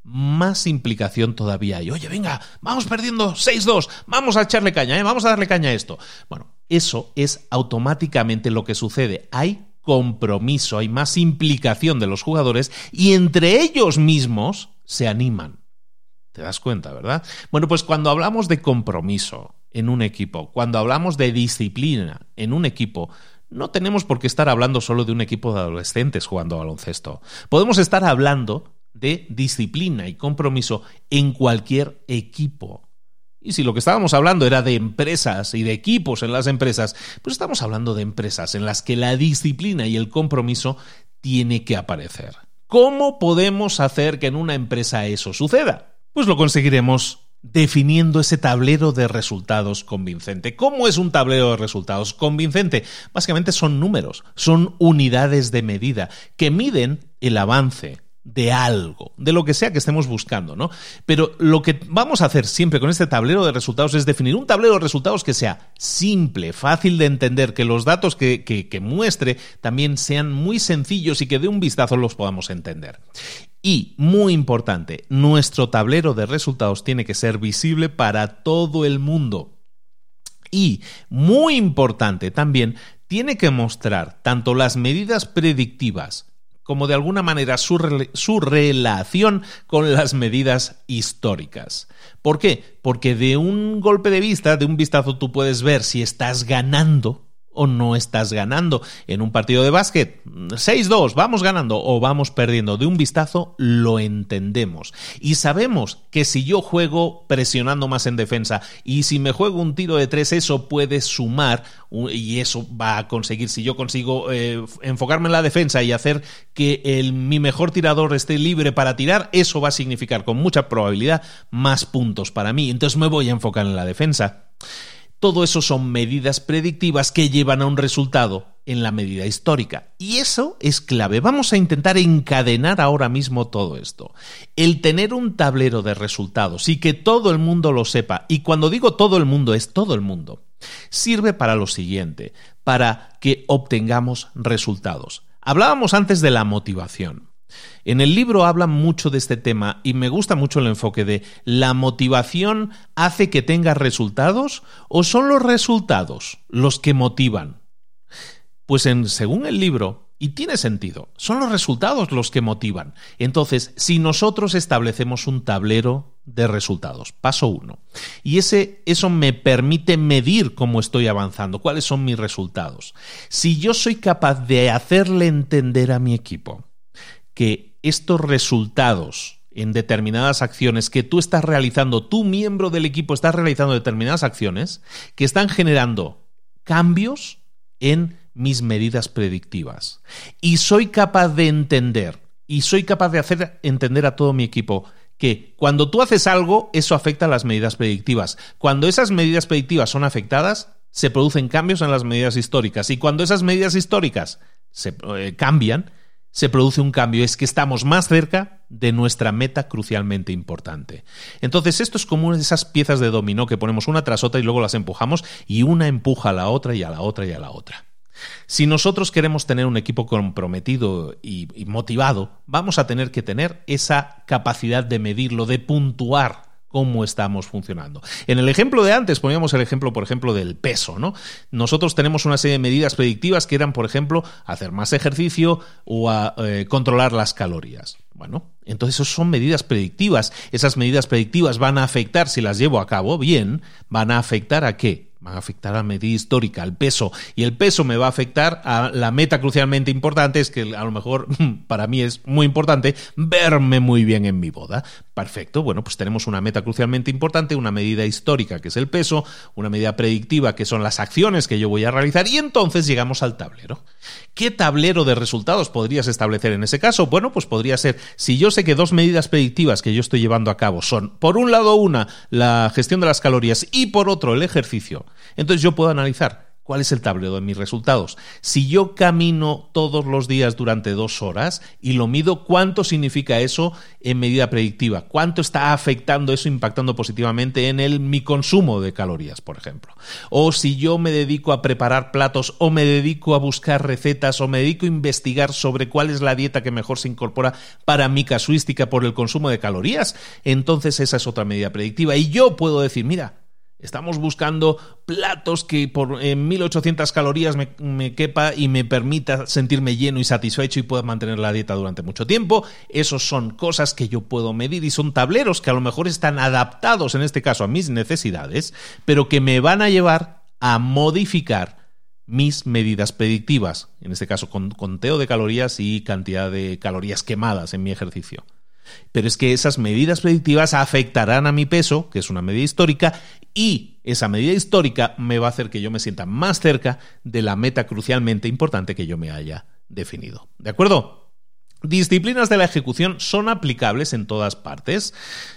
más implicación todavía hay. Oye, venga, vamos perdiendo seis dos, vamos a echarle caña, ¿eh? Vamos a darle caña a esto. Bueno, eso es automáticamente lo que sucede. Hay compromiso, hay más implicación de los jugadores y entre ellos mismos se animan. ¿Te das cuenta, verdad? Bueno, pues cuando hablamos de compromiso en un equipo, cuando hablamos de disciplina en un equipo, no tenemos por qué estar hablando solo de un equipo de adolescentes jugando a baloncesto. Podemos estar hablando de disciplina y compromiso en cualquier equipo. Y si lo que estábamos hablando era de empresas y de equipos en las empresas, pues estamos hablando de empresas en las que la disciplina y el compromiso tiene que aparecer. ¿Cómo podemos hacer que en una empresa eso suceda? Pues lo conseguiremos definiendo ese tablero de resultados convincente. ¿Cómo es un tablero de resultados convincente? Básicamente son números, son unidades de medida que miden el avance de algo, de lo que sea que estemos buscando, ¿no? Pero lo que vamos a hacer siempre con este tablero de resultados es definir un tablero de resultados que sea simple, fácil de entender, que los datos que, que, que muestre también sean muy sencillos y que de un vistazo los podamos entender. Y, muy importante, nuestro tablero de resultados tiene que ser visible para todo el mundo. Y, muy importante también, tiene que mostrar tanto las medidas predictivas como de alguna manera su, re- su relación con las medidas históricas. ¿Por qué? Porque de un golpe de vista, de un vistazo, tú puedes ver si estás ganando o no estás ganando. En un partido de básquet, seis dos, vamos ganando o vamos perdiendo. De un vistazo lo entendemos. Y sabemos que si yo juego presionando más en defensa y si me juego un tiro de tres, eso puede sumar y eso va a conseguir, si yo consigo eh, enfocarme en la defensa y hacer que el, mi mejor tirador esté libre para tirar, eso va a significar con mucha probabilidad más puntos para mí. Entonces me voy a enfocar en la defensa. Todo eso son medidas predictivas que llevan a un resultado en la medida histórica. Y eso es clave. Vamos a intentar encadenar ahora mismo todo esto. El tener un tablero de resultados y que todo el mundo lo sepa, y cuando digo todo el mundo es todo el mundo, sirve para lo siguiente, para que obtengamos resultados. Hablábamos antes de la motivación. En el libro hablan mucho de este tema y me gusta mucho el enfoque de ¿la motivación hace que tengas resultados o son los resultados los que motivan? Pues en, según el libro, y tiene sentido, son los resultados los que motivan. Entonces, si nosotros establecemos un tablero de resultados, paso uno, y ese, eso me permite medir cómo estoy avanzando, cuáles son mis resultados. Si yo soy capaz de hacerle entender a mi equipo que estos resultados en determinadas acciones que tú estás realizando, tu miembro del equipo está realizando determinadas acciones que están generando cambios en mis medidas predictivas. Y soy capaz de entender y soy capaz de hacer entender a todo mi equipo que cuando tú haces algo, eso afecta a las medidas predictivas. Cuando esas medidas predictivas son afectadas, se producen cambios en las medidas históricas. Y cuando esas medidas históricas se eh, cambian, se produce un cambio, es que estamos más cerca de nuestra meta crucialmente importante. Entonces esto es como esas piezas de dominó que ponemos una tras otra y luego las empujamos y una empuja a la otra y a la otra y a la otra. Si nosotros queremos tener un equipo comprometido y, y motivado, vamos a tener que tener esa capacidad de medirlo, de puntuar cómo estamos funcionando. En el ejemplo de antes poníamos el ejemplo, por ejemplo, del peso, ¿no? Nosotros tenemos una serie de medidas predictivas que eran, por ejemplo, hacer más ejercicio o a, eh, controlar las calorías. Bueno, Entonces, eso son medidas predictivas. Esas medidas predictivas van a afectar, si las llevo a cabo bien, van a afectar ¿a qué? Van a afectar a la medida histórica, al peso. Y el peso me va a afectar a la meta crucialmente importante, es que a lo mejor para mí es muy importante verme muy bien en mi boda. Perfecto, bueno, pues tenemos una meta crucialmente importante, una medida histórica que es el peso, una medida predictiva que son las acciones que yo voy a realizar y entonces llegamos al tablero. ¿Qué tablero de resultados podrías establecer en ese caso? Bueno, pues podría ser, si yo sé que dos medidas predictivas que yo estoy llevando a cabo son, por un lado una, la gestión de las calorías y por otro el ejercicio, entonces yo puedo analizar cuál es el tablero de mis resultados. Si yo camino todos los días durante dos horas y lo mido, ¿cuánto significa eso en medida predictiva? ¿Cuánto está afectando eso, impactando positivamente en el, mi consumo de calorías, por ejemplo? O si yo me dedico a preparar platos o me dedico a buscar recetas o me dedico a investigar sobre cuál es la dieta que mejor se incorpora para mi casuística por el consumo de calorías, entonces esa es otra medida predictiva. Y yo puedo decir, mira, estamos buscando platos que por eh, mil ochocientas calorías me, me quepa y me permita sentirme lleno y satisfecho y pueda mantener la dieta durante mucho tiempo. Esos son cosas que yo puedo medir y son tableros que a lo mejor están adaptados, en este caso, a mis necesidades, pero que me van a llevar a modificar mis medidas predictivas, en este caso con conteo de calorías y cantidad de calorías quemadas en mi ejercicio. Pero es que esas medidas predictivas afectarán a mi peso, que es una medida histórica, y esa medida histórica me va a hacer que yo me sienta más cerca de la meta crucialmente importante que yo me haya definido. ¿De acuerdo? ¿Disciplinas de la ejecución son aplicables en todas partes?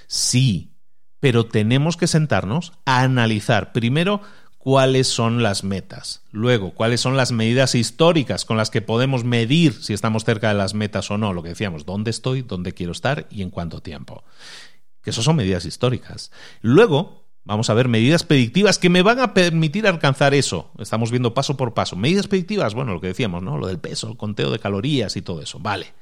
Sí, pero tenemos que sentarnos a analizar primero cuáles son las metas, luego cuáles son las medidas históricas con las que podemos medir si estamos cerca de las metas o no, lo que decíamos, dónde estoy, dónde quiero estar y en cuánto tiempo. Que eso son medidas históricas. Luego vamos a ver medidas predictivas que me van a permitir alcanzar eso. Estamos viendo paso por paso. Medidas predictivas, bueno, lo que decíamos, ¿no? Lo del peso, el conteo de calorías y todo eso. Vale.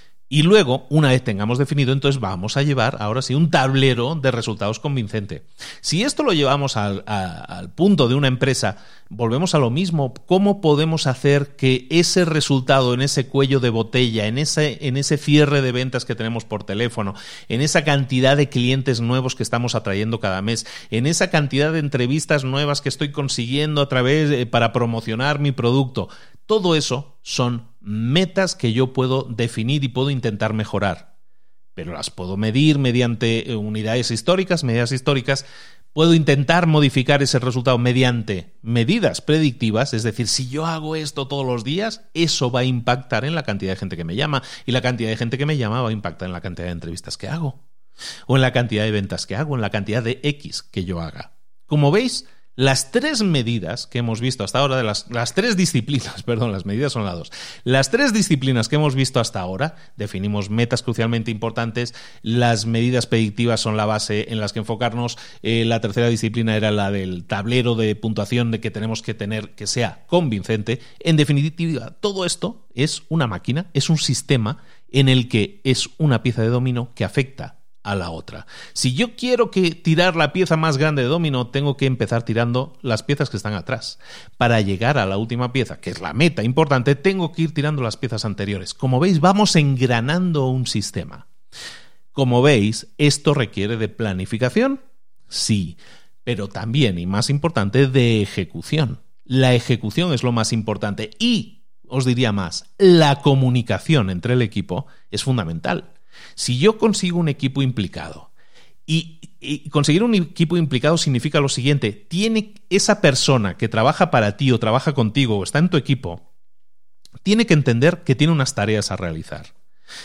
Y luego, una vez tengamos definido, entonces vamos a llevar ahora sí un tablero de resultados convincente. Si esto lo llevamos al, a, al punto de una empresa, volvemos a lo mismo. ¿Cómo podemos hacer que ese resultado en ese cuello de botella, en ese, en ese cierre de ventas que tenemos por teléfono, en esa cantidad de clientes nuevos que estamos atrayendo cada mes, en esa cantidad de entrevistas nuevas que estoy consiguiendo a través de, para promocionar mi producto, todo eso son metas que yo puedo definir y puedo intentar mejorar, pero las puedo medir mediante unidades históricas, medidas históricas. Puedo intentar modificar ese resultado mediante medidas predictivas, es decir, si yo hago esto todos los días, eso va a impactar en la cantidad de gente que me llama, y la cantidad de gente que me llama va a impactar en la cantidad de entrevistas que hago, o en la cantidad de ventas que hago, en la cantidad de X que yo haga. Como veis, las tres medidas que hemos visto hasta ahora, de las, las tres disciplinas, perdón, las medidas son las dos, las tres disciplinas que hemos visto hasta ahora, definimos metas crucialmente importantes, las medidas predictivas son la base en las que enfocarnos, eh, la tercera disciplina era la del tablero de puntuación de que tenemos que tener que sea convincente. En definitiva, todo esto es una máquina, es un sistema en el que es una pieza de dominó que afecta a la otra. Si yo quiero que tirar la pieza más grande de dominó, tengo que empezar tirando las piezas que están atrás. Para llegar a la última pieza, que es la meta importante, tengo que ir tirando las piezas anteriores. Como veis, vamos engranando un sistema. Como veis, esto requiere de planificación, sí, pero también, y más importante, de ejecución. La ejecución es lo más importante y, os diría más, la comunicación entre el equipo es fundamental. Si yo consigo un equipo implicado, y, y conseguir un equipo implicado significa lo siguiente, tiene esa persona que trabaja para ti o trabaja contigo o está en tu equipo, tiene que entender que tiene unas tareas a realizar.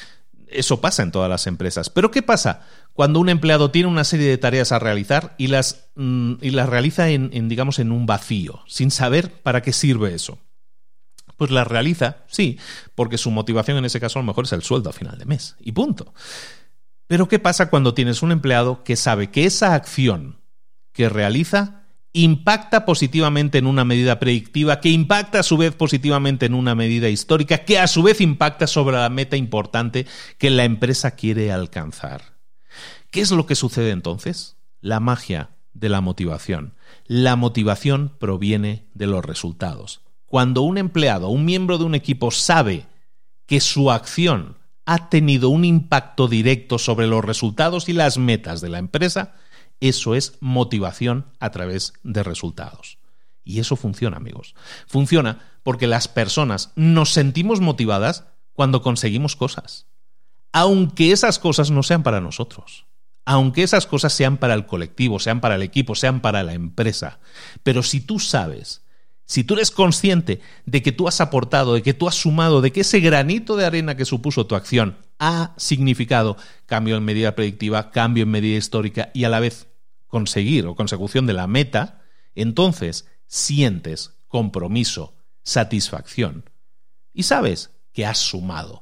Eso pasa en todas las empresas. Pero ¿qué pasa cuando un empleado tiene una serie de tareas a realizar y las, mm, y las realiza en, en, digamos, en un vacío, sin saber para qué sirve eso? Pues las realiza, sí, porque su motivación en ese caso a lo mejor es el sueldo a final de mes, y punto. Pero ¿qué pasa cuando tienes un empleado que sabe que esa acción que realiza impacta positivamente en una medida predictiva, que impacta a su vez positivamente en una medida histórica, que a su vez impacta sobre la meta importante que la empresa quiere alcanzar? ¿Qué es lo que sucede entonces? La magia de la motivación. La motivación proviene de los resultados. Cuando un empleado, un miembro de un equipo sabe que su acción ha tenido un impacto directo sobre los resultados y las metas de la empresa, eso es motivación a través de resultados. Y eso funciona, amigos. Funciona porque las personas nos sentimos motivadas cuando conseguimos cosas, aunque esas cosas no sean para nosotros. Aunque esas cosas sean para el colectivo, sean para el equipo, sean para la empresa. Pero si tú sabes, si tú eres consciente de que tú has aportado, de que tú has sumado, de que ese granito de arena que supuso tu acción ha significado cambio en medida predictiva, cambio en medida histórica y a la vez conseguir o consecución de la meta, entonces sientes compromiso, satisfacción y sabes que has sumado.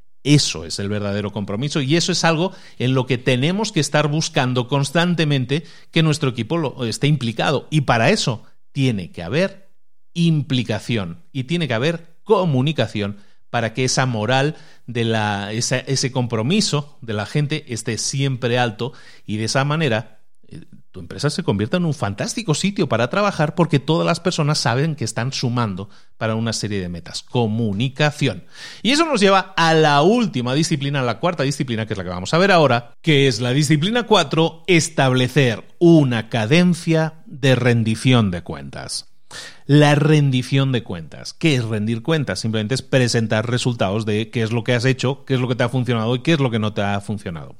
Eso es el verdadero compromiso y eso es algo en lo que tenemos que estar buscando constantemente que nuestro equipo lo, esté implicado. Y para eso tiene que haber implicación y tiene que haber comunicación para que esa moral, de la, esa, ese compromiso de la gente esté siempre alto y de esa manera tu empresa se convierta en un fantástico sitio para trabajar porque todas las personas saben que están sumando para una serie de metas. Comunicación. Y eso nos lleva a la última disciplina, la cuarta disciplina, que es la que vamos a ver ahora, que es la disciplina cuatro, establecer una cadencia de rendición de cuentas. La rendición de cuentas. ¿Qué es rendir cuentas? Simplemente es presentar resultados de qué es lo que has hecho, qué es lo que te ha funcionado y qué es lo que no te ha funcionado.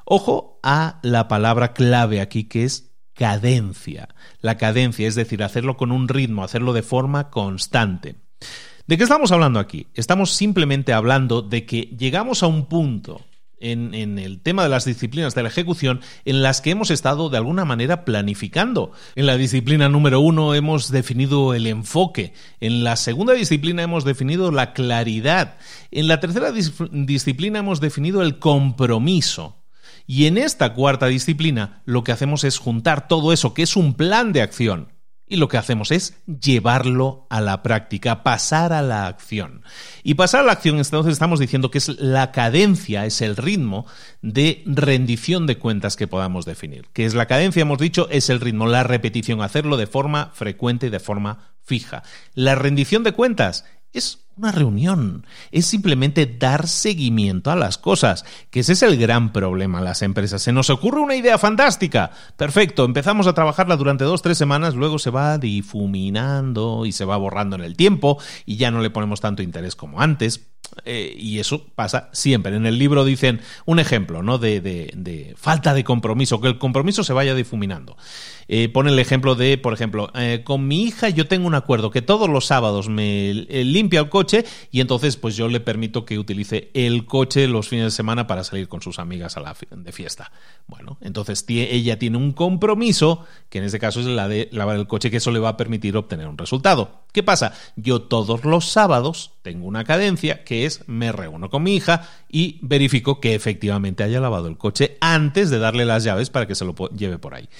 Ojo a la palabra clave aquí, que es cadencia. La cadencia, es decir, hacerlo con un ritmo, hacerlo de forma constante. ¿De qué estamos hablando aquí? Estamos simplemente hablando de que llegamos a un punto en, en el tema de las disciplinas de la ejecución en las que hemos estado de alguna manera planificando. En la disciplina número uno hemos definido el enfoque. En la segunda disciplina hemos definido la claridad. En la tercera dis- disciplina hemos definido el compromiso. Y en esta cuarta disciplina lo que hacemos es juntar todo eso que es un plan de acción y lo que hacemos es llevarlo a la práctica, pasar a la acción. Y pasar a la acción, entonces estamos diciendo que es la cadencia, es el ritmo de rendición de cuentas que podamos definir. ¿Qué es la cadencia? Hemos dicho, es el ritmo, la repetición, hacerlo de forma frecuente y de forma fija. La rendición de cuentas es una reunión, es simplemente dar seguimiento a las cosas, que ese es el gran problema en las empresas. Se nos ocurre una idea fantástica, perfecto, empezamos a trabajarla durante dos, tres semanas, luego se va difuminando y se va borrando en el tiempo y ya no le ponemos tanto interés como antes. Eh, y eso pasa siempre. En el libro dicen un ejemplo, ¿no? de, de, de falta de compromiso, que el compromiso se vaya difuminando. Eh, pone el ejemplo de, por ejemplo, eh, con mi hija yo tengo un acuerdo que todos los sábados me eh, limpia el coche y entonces pues yo le permito que utilice el coche los fines de semana para salir con sus amigas a la fi- de fiesta. Bueno, entonces tie- ella tiene un compromiso, que en este caso es la de lavar el coche, que eso le va a permitir obtener un resultado. ¿Qué pasa? Yo todos los sábados tengo una cadencia que es me reúno con mi hija y verifico que efectivamente haya lavado el coche antes de darle las llaves para que se lo lleve por ahí.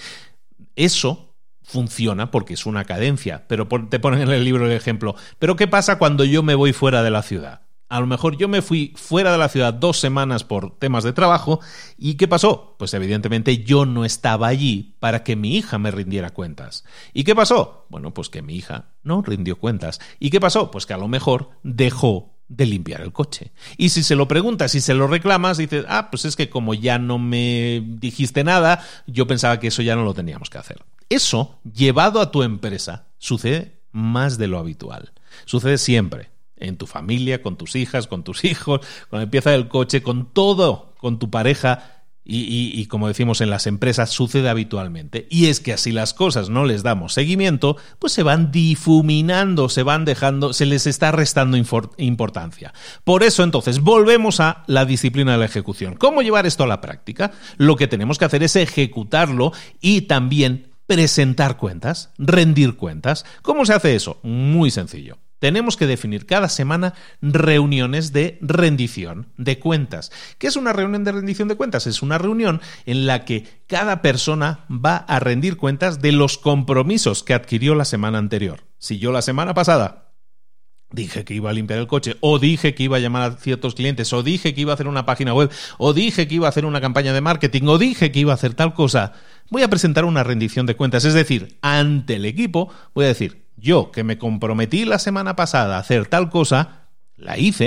Eso funciona porque es una cadencia, pero te ponen en el libro el ejemplo. ¿Pero qué pasa cuando yo me voy fuera de la ciudad? A lo mejor yo me fui fuera de la ciudad dos semanas por temas de trabajo y ¿qué pasó? Pues evidentemente yo no estaba allí para que mi hija me rindiera cuentas. ¿Y qué pasó? Bueno, pues que mi hija no rindió cuentas. ¿Y qué pasó? Pues que a lo mejor dejó de limpiar el coche. Y si se lo preguntas, si se lo reclamas, dices, ah, pues es que como ya no me dijiste nada, yo pensaba que eso ya no lo teníamos que hacer. Eso, llevado a tu empresa, sucede más de lo habitual. Sucede siempre. En tu familia, con tus hijas, con tus hijos, con la pieza del coche, con todo, con tu pareja y, y, y como decimos en las empresas, sucede habitualmente. Y es que así las cosas no les damos seguimiento, pues se van difuminando, se van dejando, se les está restando infor- importancia. Por eso entonces volvemos a la disciplina de la ejecución. ¿Cómo llevar esto a la práctica? Lo que tenemos que hacer es ejecutarlo y también presentar cuentas, rendir cuentas. ¿Cómo se hace eso? Muy sencillo. Tenemos que definir cada semana reuniones de rendición de cuentas. ¿Qué es una reunión de rendición de cuentas? Es una reunión en la que cada persona va a rendir cuentas de los compromisos que adquirió la semana anterior. Si yo la semana pasada dije que iba a limpiar el coche, o dije que iba a llamar a ciertos clientes, o dije que iba a hacer una página web, o dije que iba a hacer una campaña de marketing, o dije que iba a hacer tal cosa, voy a presentar una rendición de cuentas. Es decir, ante el equipo voy a decir, yo que me comprometí la semana pasada a hacer tal cosa, la hice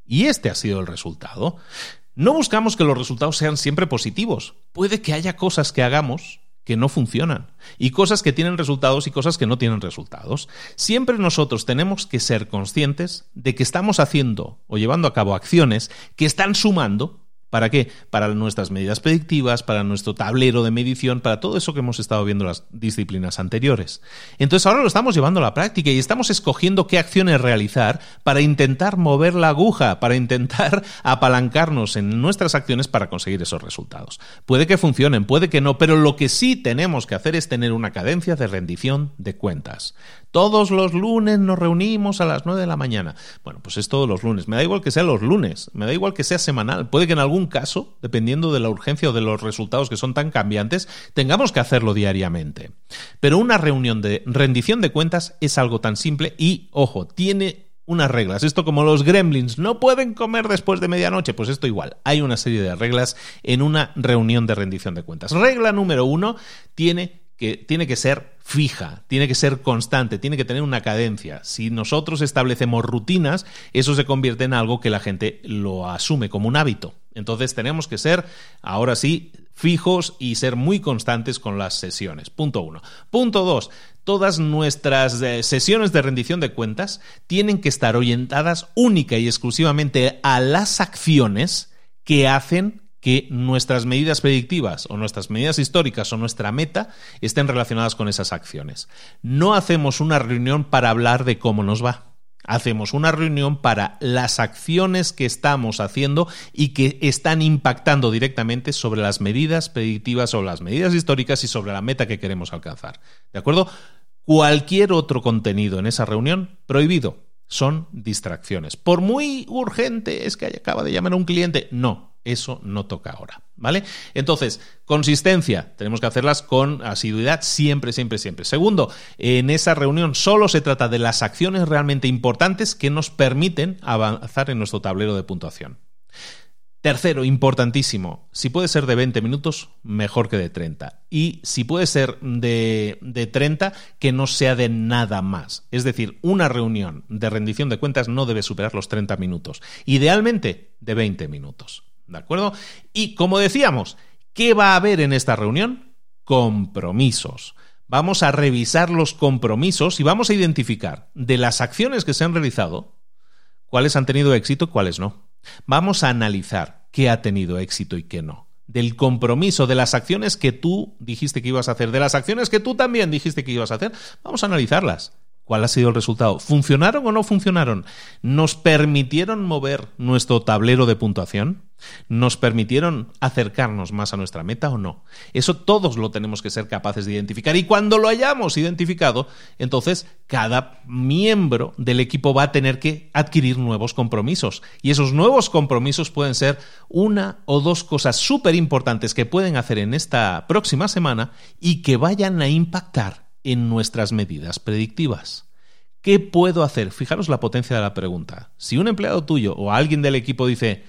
Y este ha sido el resultado. No buscamos que los resultados sean siempre positivos. Puede que haya cosas que hagamos que no funcionan, y cosas que tienen resultados y cosas que no tienen resultados. Siempre nosotros tenemos que ser conscientes de que estamos haciendo o llevando a cabo acciones que están sumando. ¿Para qué? Para nuestras medidas predictivas, para nuestro tablero de medición, para todo eso que hemos estado viendo en las disciplinas anteriores. Entonces ahora lo estamos llevando a la práctica y estamos escogiendo qué acciones realizar para intentar mover la aguja, para intentar apalancarnos en nuestras acciones para conseguir esos resultados. Puede que funcionen, puede que no, pero lo que sí tenemos que hacer es tener una cadencia de rendición de cuentas. Todos los lunes nos reunimos a las nueve de la mañana. Bueno, pues es todos los lunes. Me da igual que sea los lunes, me da igual que sea semanal. Puede que en algún caso, dependiendo de la urgencia o de los resultados que son tan cambiantes, tengamos que hacerlo diariamente. Pero una reunión de rendición de cuentas es algo tan simple y, ojo, tiene unas reglas. Esto como los gremlins, no pueden comer después de medianoche. Pues esto igual, hay una serie de reglas en una reunión de rendición de cuentas. Regla número uno, tiene que, tiene que ser fija, tiene que ser constante, tiene que tener una cadencia. Si nosotros establecemos rutinas, eso se convierte en algo que la gente lo asume como un hábito. Entonces tenemos que ser, ahora sí, fijos y ser muy constantes con las sesiones. Punto uno. Punto dos. Todas nuestras eh, sesiones de rendición de cuentas tienen que estar orientadas única y exclusivamente a las acciones que hacen que nuestras medidas predictivas o nuestras medidas históricas o nuestra meta estén relacionadas con esas acciones. No hacemos una reunión para hablar de cómo nos va. Hacemos una reunión para las acciones que estamos haciendo y que están impactando directamente sobre las medidas predictivas o las medidas históricas y sobre la meta que queremos alcanzar. ¿De acuerdo? Cualquier otro contenido en esa reunión, prohibido. Son distracciones. Por muy urgente es que acaba de llamar a un cliente, no. Eso no toca ahora, ¿vale? Entonces, consistencia, tenemos que hacerlas con asiduidad siempre, siempre, siempre. Segundo, en esa reunión solo se trata de las acciones realmente importantes que nos permiten avanzar en nuestro tablero de puntuación. Tercero, importantísimo, si puede ser de veinte minutos, mejor que de treinta. Y si puede ser de, de treinta, que no sea de nada más. Es decir, una reunión de rendición de cuentas no debe superar los treinta minutos. Idealmente, de veinte minutos. ¿De acuerdo? Y como decíamos, ¿qué va a haber en esta reunión? Compromisos. Vamos a revisar los compromisos y vamos a identificar de las acciones que se han realizado, cuáles han tenido éxito y cuáles no. Vamos a analizar qué ha tenido éxito y qué no. Del compromiso, de las acciones que tú dijiste que ibas a hacer, de las acciones que tú también dijiste que ibas a hacer, vamos a analizarlas. ¿Cuál ha sido el resultado? ¿Funcionaron o no funcionaron? ¿Nos permitieron mover nuestro tablero de puntuación? ¿Nos permitieron acercarnos más a nuestra meta o no? Eso todos lo tenemos que ser capaces de identificar. Y cuando lo hayamos identificado, entonces cada miembro del equipo va a tener que adquirir nuevos compromisos. Y esos nuevos compromisos pueden ser una o dos cosas súper importantes que pueden hacer en esta próxima semana y que vayan a impactar en nuestras medidas predictivas. ¿Qué puedo hacer? Fijaros la potencia de la pregunta. Si un empleado tuyo o alguien del equipo dice,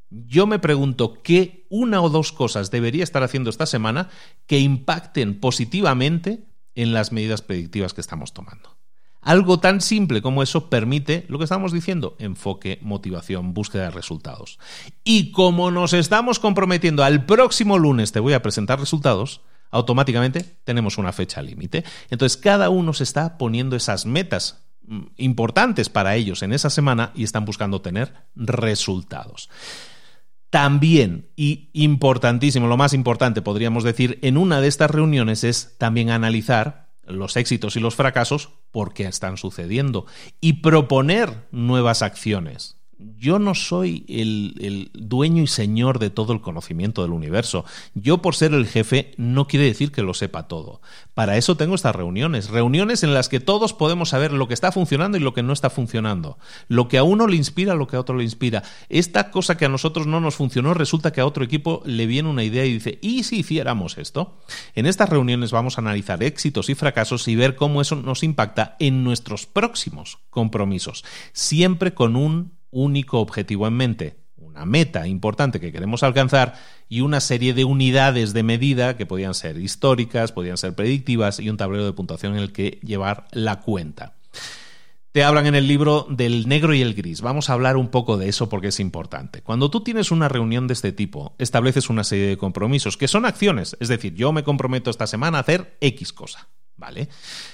yo me pregunto qué una o dos cosas debería estar haciendo esta semana que impacten positivamente en las medidas predictivas que estamos tomando. Algo tan simple como eso permite lo que estamos diciendo, enfoque, motivación, búsqueda de resultados. Y como nos estamos comprometiendo al próximo lunes te voy a presentar resultados, automáticamente tenemos una fecha límite. Entonces cada uno se está poniendo esas metas importantes para ellos en esa semana y están buscando tener resultados. También, y importantísimo, lo más importante podríamos decir, en una de estas reuniones es también analizar los éxitos y los fracasos, por qué están sucediendo, y proponer nuevas acciones. Yo no soy el, el dueño y señor de todo el conocimiento del universo. Yo, por ser el jefe, no quiere decir que lo sepa todo. Para eso tengo estas reuniones. Reuniones en las que todos podemos saber lo que está funcionando y lo que no está funcionando. Lo que a uno le inspira, lo que a otro le inspira. Esta cosa que a nosotros no nos funcionó, resulta que a otro equipo le viene una idea y dice, ¿y si hiciéramos esto? En estas reuniones vamos a analizar éxitos y fracasos y ver cómo eso nos impacta en nuestros próximos compromisos. Siempre con un único objetivo en mente, una meta importante que queremos alcanzar y una serie de unidades de medida que podían ser históricas, podían ser predictivas y un tablero de puntuación en el que llevar la cuenta. te hablan en el libro del negro y el gris. Vamos a hablar un poco de eso porque es importante. Cuando tú tienes una reunión de este tipo, estableces una serie de compromisos que son acciones. Es decir, yo me comprometo esta semana a hacer X cosa, ¿vale?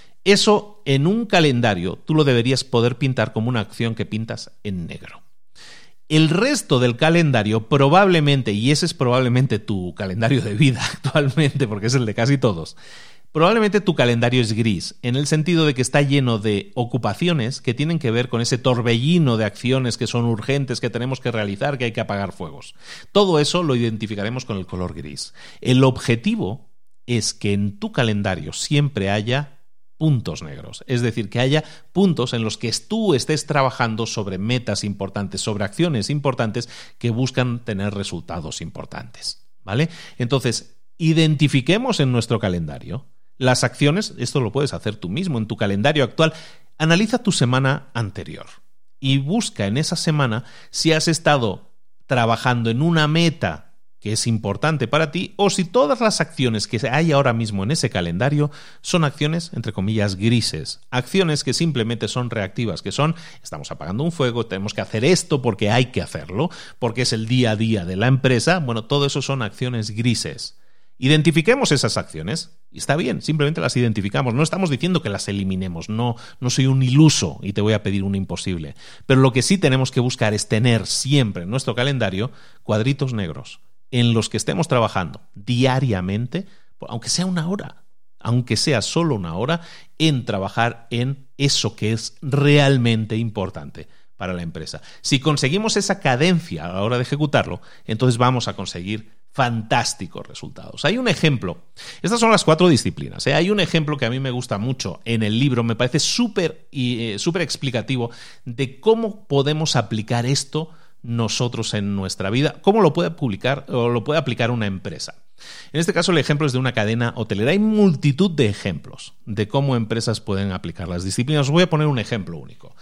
Eso en un calendario tú lo deberías poder pintar como una acción que pintas en negro. El resto del calendario probablemente, y ese es probablemente tu calendario de vida actualmente, porque es el de casi todos, probablemente tu calendario es gris, en el sentido de que está lleno de ocupaciones que tienen que ver con ese torbellino de acciones que son urgentes, que tenemos que realizar, que hay que apagar fuegos. Todo eso lo identificaremos con el color gris. El objetivo es que en tu calendario siempre haya puntos negros, es decir, que haya puntos en los que tú estés trabajando sobre metas importantes, sobre acciones importantes que buscan tener resultados importantes, ¿vale? Entonces, identifiquemos en nuestro calendario las acciones. Esto lo puedes hacer tú mismo en tu calendario actual. Analiza tu semana anterior y busca en esa semana si has estado trabajando en una meta que es importante para ti, o si todas las acciones que hay ahora mismo en ese calendario son acciones, entre comillas, grises, acciones que simplemente son reactivas, que son, estamos apagando un fuego, tenemos que hacer esto porque hay que hacerlo, porque es el día a día de la empresa. Bueno, todo eso son acciones grises. Identifiquemos esas acciones, y está bien, simplemente las identificamos, no estamos diciendo que las eliminemos, no, no soy un iluso y te voy a pedir un imposible, pero lo que sí tenemos que buscar es tener siempre en nuestro calendario cuadritos negros, en los que estemos trabajando diariamente, aunque sea una hora, aunque sea solo una hora, en trabajar en eso que es realmente importante para la empresa. Si conseguimos esa cadencia a la hora de ejecutarlo, entonces vamos a conseguir fantásticos resultados. Hay un ejemplo, estas son las cuatro disciplinas, ¿eh? Hay un ejemplo que a mí me gusta mucho en el libro, me parece súper eh, súper explicativo de cómo podemos aplicar esto nosotros en nuestra vida, cómo lo puede publicar o lo puede aplicar una empresa. En este caso el ejemplo es de una cadena hotelera. Hay multitud de ejemplos de cómo empresas pueden aplicar las disciplinas. Os voy a poner un ejemplo único.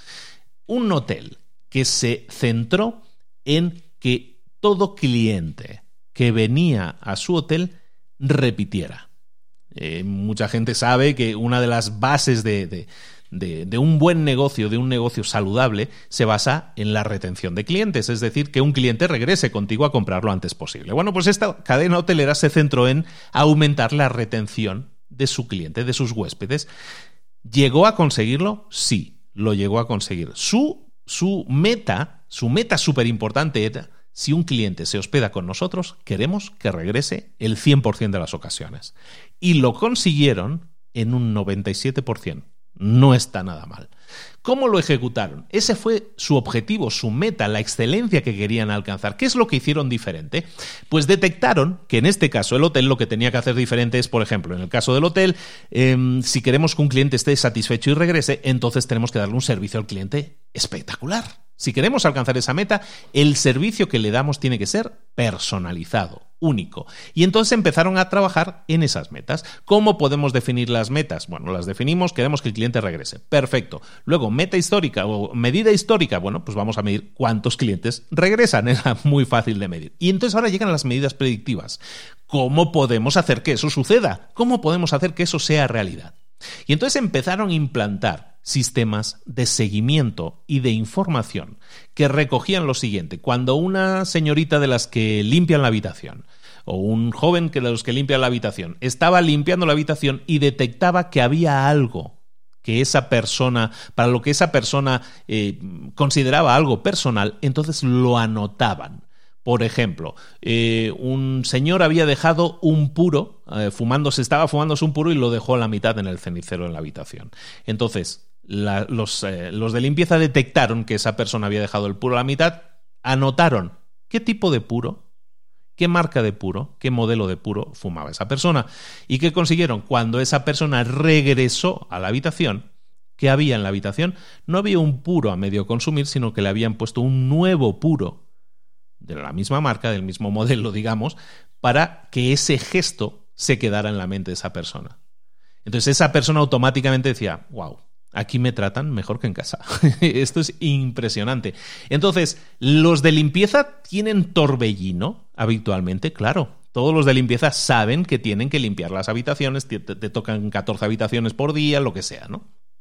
Un hotel que se centró en que todo cliente que venía a su hotel repitiera. Eh, mucha gente sabe que una de las bases de, de De, de un buen negocio, de un negocio saludable, se basa en la retención de clientes, es decir, que un cliente regrese contigo a comprar lo antes posible. Bueno, pues esta cadena hotelera se centró en aumentar la retención de su cliente, de sus huéspedes. ¿Llegó a conseguirlo? Sí, lo llegó a conseguir. Su, su meta, su meta súper importante era: si un cliente se hospeda con nosotros, queremos que regrese el cien por ciento de las ocasiones. Y lo consiguieron en un noventa y siete por ciento. No está nada mal. ¿Cómo lo ejecutaron? Ese fue su objetivo, su meta, la excelencia que querían alcanzar. ¿Qué es lo que hicieron diferente? Pues detectaron que en este caso el hotel lo que tenía que hacer diferente es, por ejemplo, en el caso del hotel, eh, si queremos que un cliente esté satisfecho y regrese, entonces tenemos que darle un servicio al cliente espectacular. Si queremos alcanzar esa meta, el servicio que le damos tiene que ser personalizado, único. Y entonces empezaron a trabajar en esas metas. ¿Cómo podemos definir las metas? Bueno, las definimos, queremos que el cliente regrese. Perfecto. Luego, meta histórica o medida histórica. Bueno, pues vamos a medir cuántos clientes regresan. Era muy fácil de medir. Y entonces ahora llegan las medidas predictivas. ¿Cómo podemos hacer que eso suceda? ¿Cómo podemos hacer que eso sea realidad? Y entonces empezaron a implantar sistemas de seguimiento y de información que recogían lo siguiente: cuando una señorita de las que limpian la habitación o un joven que de los que limpian la habitación estaba limpiando la habitación y detectaba que había algo que esa persona, para lo que esa persona eh, consideraba algo personal, entonces lo anotaban. Por ejemplo, eh, un señor había dejado un puro, eh, fumándose, estaba fumándose un puro y lo dejó a la mitad en el cenicero en la habitación. Entonces, la, los, eh, los de limpieza detectaron que esa persona había dejado el puro a la mitad, anotaron qué tipo de puro, qué marca de puro, qué modelo de puro fumaba esa persona. ¿Y qué consiguieron? Cuando esa persona regresó a la habitación, ¿qué había en la habitación? No había un puro a medio consumir, sino que le habían puesto un nuevo puro de la misma marca, del mismo modelo, digamos, para que ese gesto se quedara en la mente de esa persona. Entonces esa persona automáticamente decía: wow, aquí me tratan mejor que en casa. Esto es impresionante. Entonces, ¿los de limpieza tienen torbellino habitualmente? Claro. Todos los de limpieza saben que tienen que limpiar las habitaciones, te, te, te tocan catorce habitaciones por día, lo que sea, ¿no?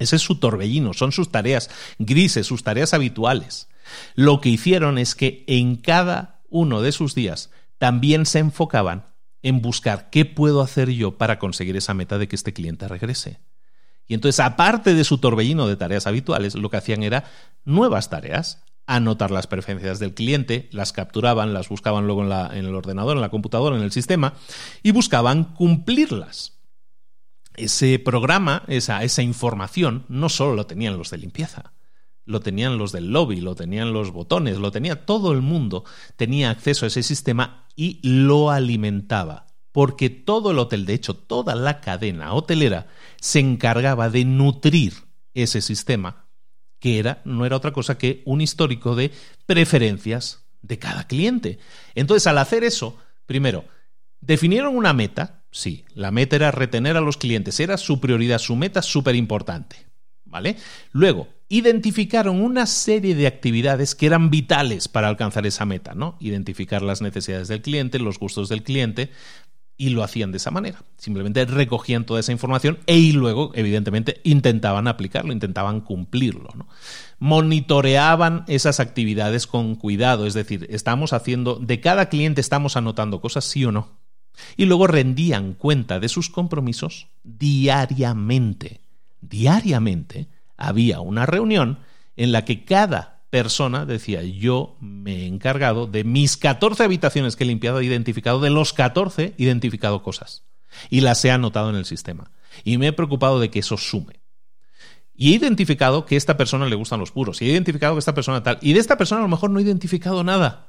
Ese es su torbellino, son sus tareas grises, sus tareas habituales. Lo que hicieron es que en cada uno de sus días también se enfocaban en buscar qué puedo hacer yo para conseguir esa meta de que este cliente regrese. Y entonces, aparte de su torbellino de tareas habituales, lo que hacían era nuevas tareas, anotar las preferencias del cliente, las capturaban, las buscaban luego en, la, en el ordenador, en la computadora, en el sistema, y buscaban cumplirlas. Ese programa, esa, esa información, no solo lo tenían los de limpieza, lo tenían los del lobby, lo tenían los botones, lo tenía todo el mundo, tenía acceso a ese sistema y lo alimentaba. Porque todo el hotel, de hecho, toda la cadena hotelera se encargaba de nutrir ese sistema, que era, no era otra cosa que un histórico de preferencias de cada cliente. Entonces, al hacer eso, primero, definieron una meta. Sí, la meta era retener a los clientes, era su prioridad, su meta súper importante, ¿vale? Luego, identificaron una serie de actividades que eran vitales para alcanzar esa meta, ¿no? Identificar las necesidades del cliente, los gustos del cliente, y lo hacían de esa manera. Simplemente recogían toda esa información y luego, evidentemente, intentaban aplicarlo, intentaban cumplirlo, ¿no? Monitoreaban esas actividades con cuidado, es decir, estamos haciendo, de cada cliente estamos anotando cosas, sí o no. Y luego rendían cuenta de sus compromisos diariamente. Diariamente había una reunión en la que cada persona decía: yo me he encargado de mis catorce habitaciones que he limpiado, he identificado, de los catorce he identificado cosas y las he anotado en el sistema. Y me he preocupado de que eso sume. Y he identificado que a esta persona le gustan los puros. Y he identificado que esta persona tal. Y de esta persona a lo mejor no he identificado nada.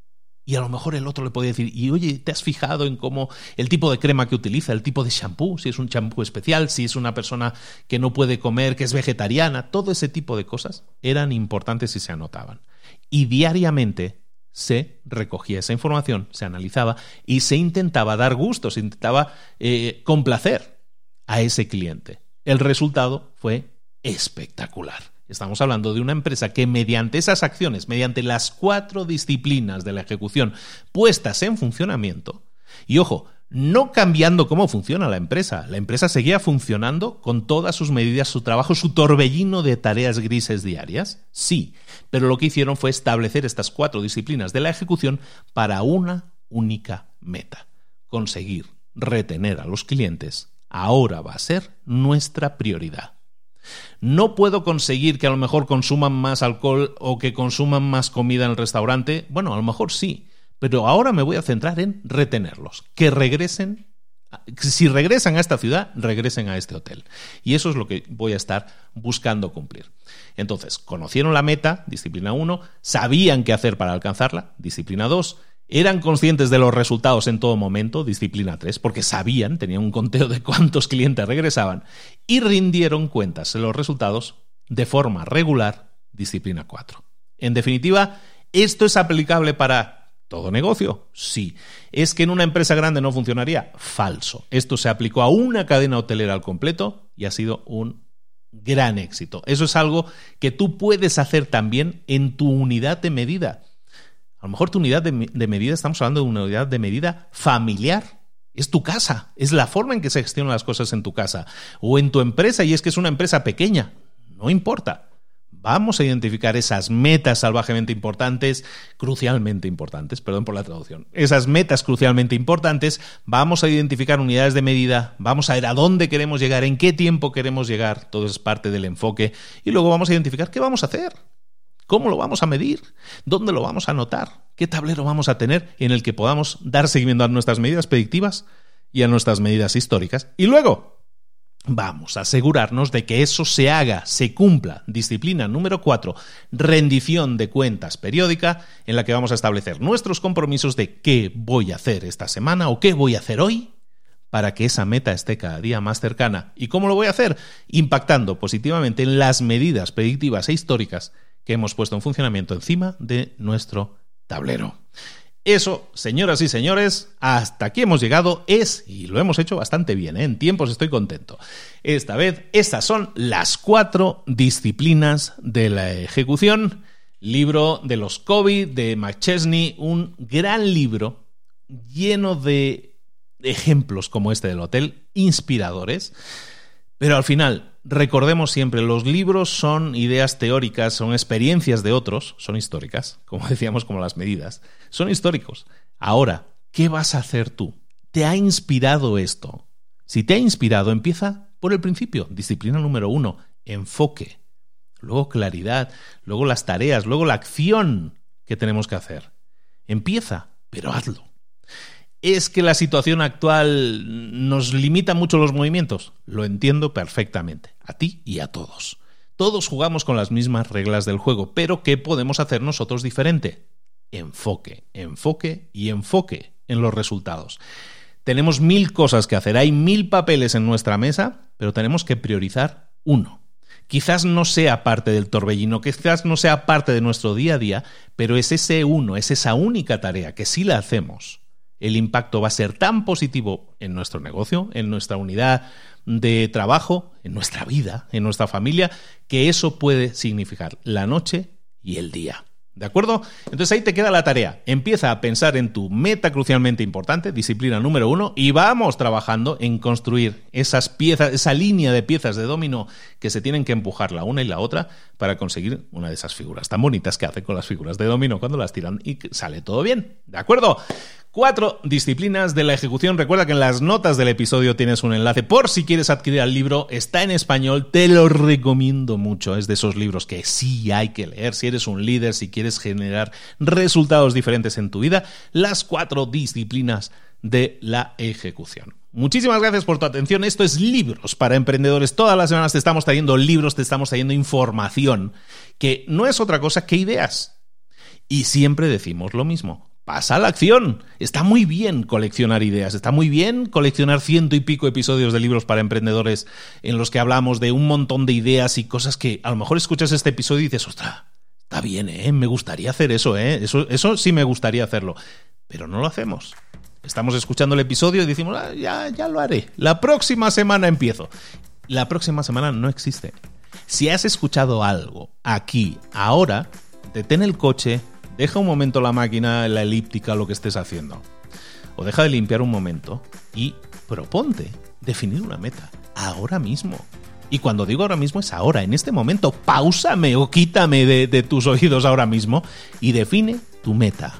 Y a lo mejor el otro le podía decir: y oye, ¿te has fijado en cómo el tipo de crema que utiliza, el tipo de shampoo, si es un shampoo especial, si es una persona que no puede comer, que es vegetariana? Todo ese tipo de cosas eran importantes y se anotaban. Y diariamente se recogía esa información, se analizaba y se intentaba dar gusto, se intentaba eh, complacer a ese cliente. El resultado fue espectacular. Estamos hablando de una empresa que mediante esas acciones, mediante las cuatro disciplinas de la ejecución puestas en funcionamiento, y ojo, no cambiando cómo funciona la empresa, la empresa seguía funcionando con todas sus medidas, su trabajo, su torbellino de tareas grises diarias, sí, pero lo que hicieron fue establecer estas cuatro disciplinas de la ejecución para una única meta: conseguir retener a los clientes. Ahora va a ser nuestra prioridad. No puedo conseguir que a lo mejor consuman más alcohol o que consuman más comida en el restaurante. Bueno, a lo mejor sí, pero ahora me voy a centrar en retenerlos, que regresen, si regresan a esta ciudad, regresen a este hotel. Y eso es lo que voy a estar buscando cumplir. Entonces, conocieron la meta, disciplina uno, sabían qué hacer para alcanzarla, disciplina dos, eran conscientes de los resultados en todo momento, disciplina tres, porque sabían, tenían un conteo de cuántos clientes regresaban, y rindieron cuentas de los resultados de forma regular, disciplina cuatro. En definitiva, ¿esto es aplicable para todo negocio? Sí. ¿Es que en una empresa grande no funcionaría? Falso. Esto se aplicó a una cadena hotelera al completo y ha sido un gran éxito. Eso es algo que tú puedes hacer también en tu unidad de medida. A lo mejor tu unidad de, de medida, estamos hablando de una unidad de medida familiar. Es tu casa, es la forma en que se gestionan las cosas en tu casa o en tu empresa, y es que es una empresa pequeña. No importa. Vamos a identificar esas metas salvajemente importantes, crucialmente importantes, perdón por la traducción. Esas metas crucialmente importantes, vamos a identificar unidades de medida, vamos a ver a dónde queremos llegar, en qué tiempo queremos llegar, todo es parte del enfoque, y luego vamos a identificar qué vamos a hacer. ¿Cómo lo vamos a medir? ¿Dónde lo vamos a anotar? ¿Qué tablero vamos a tener en el que podamos dar seguimiento a nuestras medidas predictivas y a nuestras medidas históricas? Y luego vamos a asegurarnos de que eso se haga, se cumpla. Disciplina número cuatro, rendición de cuentas periódica, en la que vamos a establecer nuestros compromisos de qué voy a hacer esta semana o qué voy a hacer hoy para que esa meta esté cada día más cercana. ¿Y cómo lo voy a hacer? Impactando positivamente en las medidas predictivas e históricas que hemos puesto en funcionamiento encima de nuestro tablero. Eso, señoras y señores, hasta aquí hemos llegado, es, y lo hemos hecho bastante bien, ¿eh? En tiempos estoy contento. Esta vez, estas son las cuatro disciplinas de la ejecución. Libro de los Covey, de McChesney, un gran libro lleno de ejemplos como este del hotel, inspiradores, pero al final recordemos siempre, los libros son ideas teóricas, son experiencias de otros, son históricas, como decíamos, como las medidas, son históricos. Ahora, ¿qué vas a hacer tú? ¿Te ha inspirado esto? Si te ha inspirado, empieza por el principio. Disciplina número uno, enfoque. Luego claridad, luego las tareas, luego la acción que tenemos que hacer. Empieza, pero hazlo. ¿Es que la situación actual nos limita mucho los movimientos? Lo entiendo perfectamente, a ti y a todos. Todos jugamos con las mismas reglas del juego, pero ¿qué podemos hacer nosotros diferente? Enfoque, enfoque y enfoque en los resultados. Tenemos mil cosas que hacer, hay mil papeles en nuestra mesa, pero tenemos que priorizar uno. Quizás no sea parte del torbellino, quizás no sea parte de nuestro día a día, pero es ese uno, es esa única tarea que si la hacemos, el impacto va a ser tan positivo en nuestro negocio, en nuestra unidad de trabajo, en nuestra vida, en nuestra familia, que eso puede significar la noche y el día. ¿De acuerdo? Entonces ahí te queda la tarea. Empieza a pensar en tu meta crucialmente importante, disciplina número uno, y vamos trabajando en construir esas piezas, esa línea de piezas de dominó que se tienen que empujar la una y la otra para conseguir una de esas figuras tan bonitas que hacen con las figuras de dominó cuando las tiran y sale todo bien. ¿De acuerdo? Cuatro disciplinas de la ejecución. Recuerda que en las notas del episodio tienes un enlace por si quieres adquirir el libro. Está en español, te lo recomiendo mucho. Es de esos libros que sí hay que leer si eres un líder, si quieres generar resultados diferentes en tu vida. Las cuatro disciplinas de la ejecución. Muchísimas gracias por tu atención. Esto es Libros para Emprendedores. Todas las semanas te estamos trayendo libros, te estamos trayendo información que no es otra cosa que ideas. Y siempre decimos lo mismo. Pasa a la acción. Está muy bien coleccionar ideas, está muy bien coleccionar ciento y pico episodios de Libros para Emprendedores en los que hablamos de un montón de ideas y cosas que a lo mejor escuchas este episodio y dices, ostras, está bien, ¿eh? Me gustaría hacer eso, ¿eh? Eso, eso sí me gustaría hacerlo. Pero no lo hacemos. Estamos escuchando el episodio y decimos, ah, ya, ya lo haré. La próxima semana empiezo. La próxima semana no existe. Si has escuchado algo aquí, ahora, detén el coche, deja un momento la máquina, la elíptica, lo que estés haciendo. O deja de limpiar un momento y proponte definir una meta. Ahora mismo. Y cuando digo ahora mismo es ahora, en este momento. Páusame o quítame de, de tus oídos ahora mismo y define tu meta.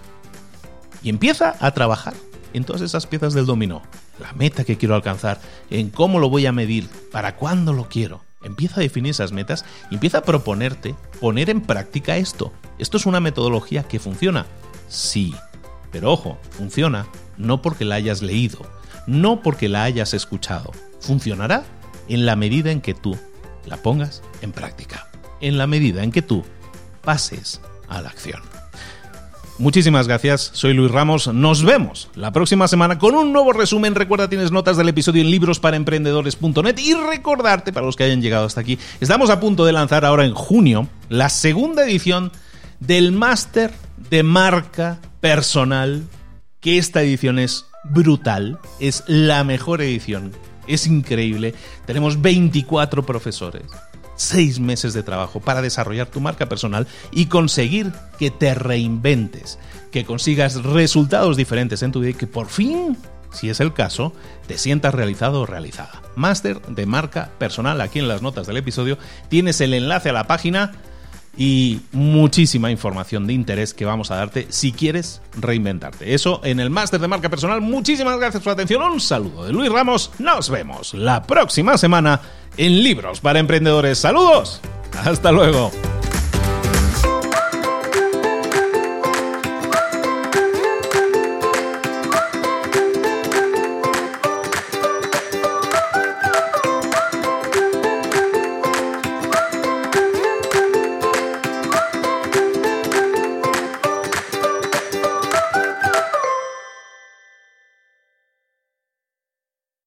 Y empieza a trabajar en todas esas piezas del dominó. La meta que quiero alcanzar, en cómo lo voy a medir, para cuándo lo quiero. Empieza a definir esas metas y empieza a proponerte poner en práctica esto. ¿Esto es una metodología que funciona? Sí. Pero ojo, funciona no porque la hayas leído, no porque la hayas escuchado. Funcionará en la medida en que tú la pongas en práctica. En la medida en que tú pases a la acción. Muchísimas gracias, soy Luis Ramos, nos vemos la próxima semana con un nuevo resumen. Recuerda, tienes notas del episodio en libros para emprendedores punto net y recordarte, para los que hayan llegado hasta aquí, estamos a punto de lanzar ahora en junio la segunda edición del máster de marca personal, que esta edición es brutal, es la mejor edición, es increíble, tenemos veinticuatro profesores. Seis meses de trabajo para desarrollar tu marca personal y conseguir que te reinventes, que consigas resultados diferentes en tu vida y que por fin, si es el caso, te sientas realizado o realizada. Máster de marca personal, aquí en las notas del episodio tienes el enlace a la página y muchísima información de interés que vamos a darte si quieres reinventarte. Eso en el máster de marca personal. Muchísimas gracias por la atención. Un saludo de Luis Ramos. Nos vemos la próxima semana en Libros para Emprendedores. ¡Saludos! ¡Hasta luego!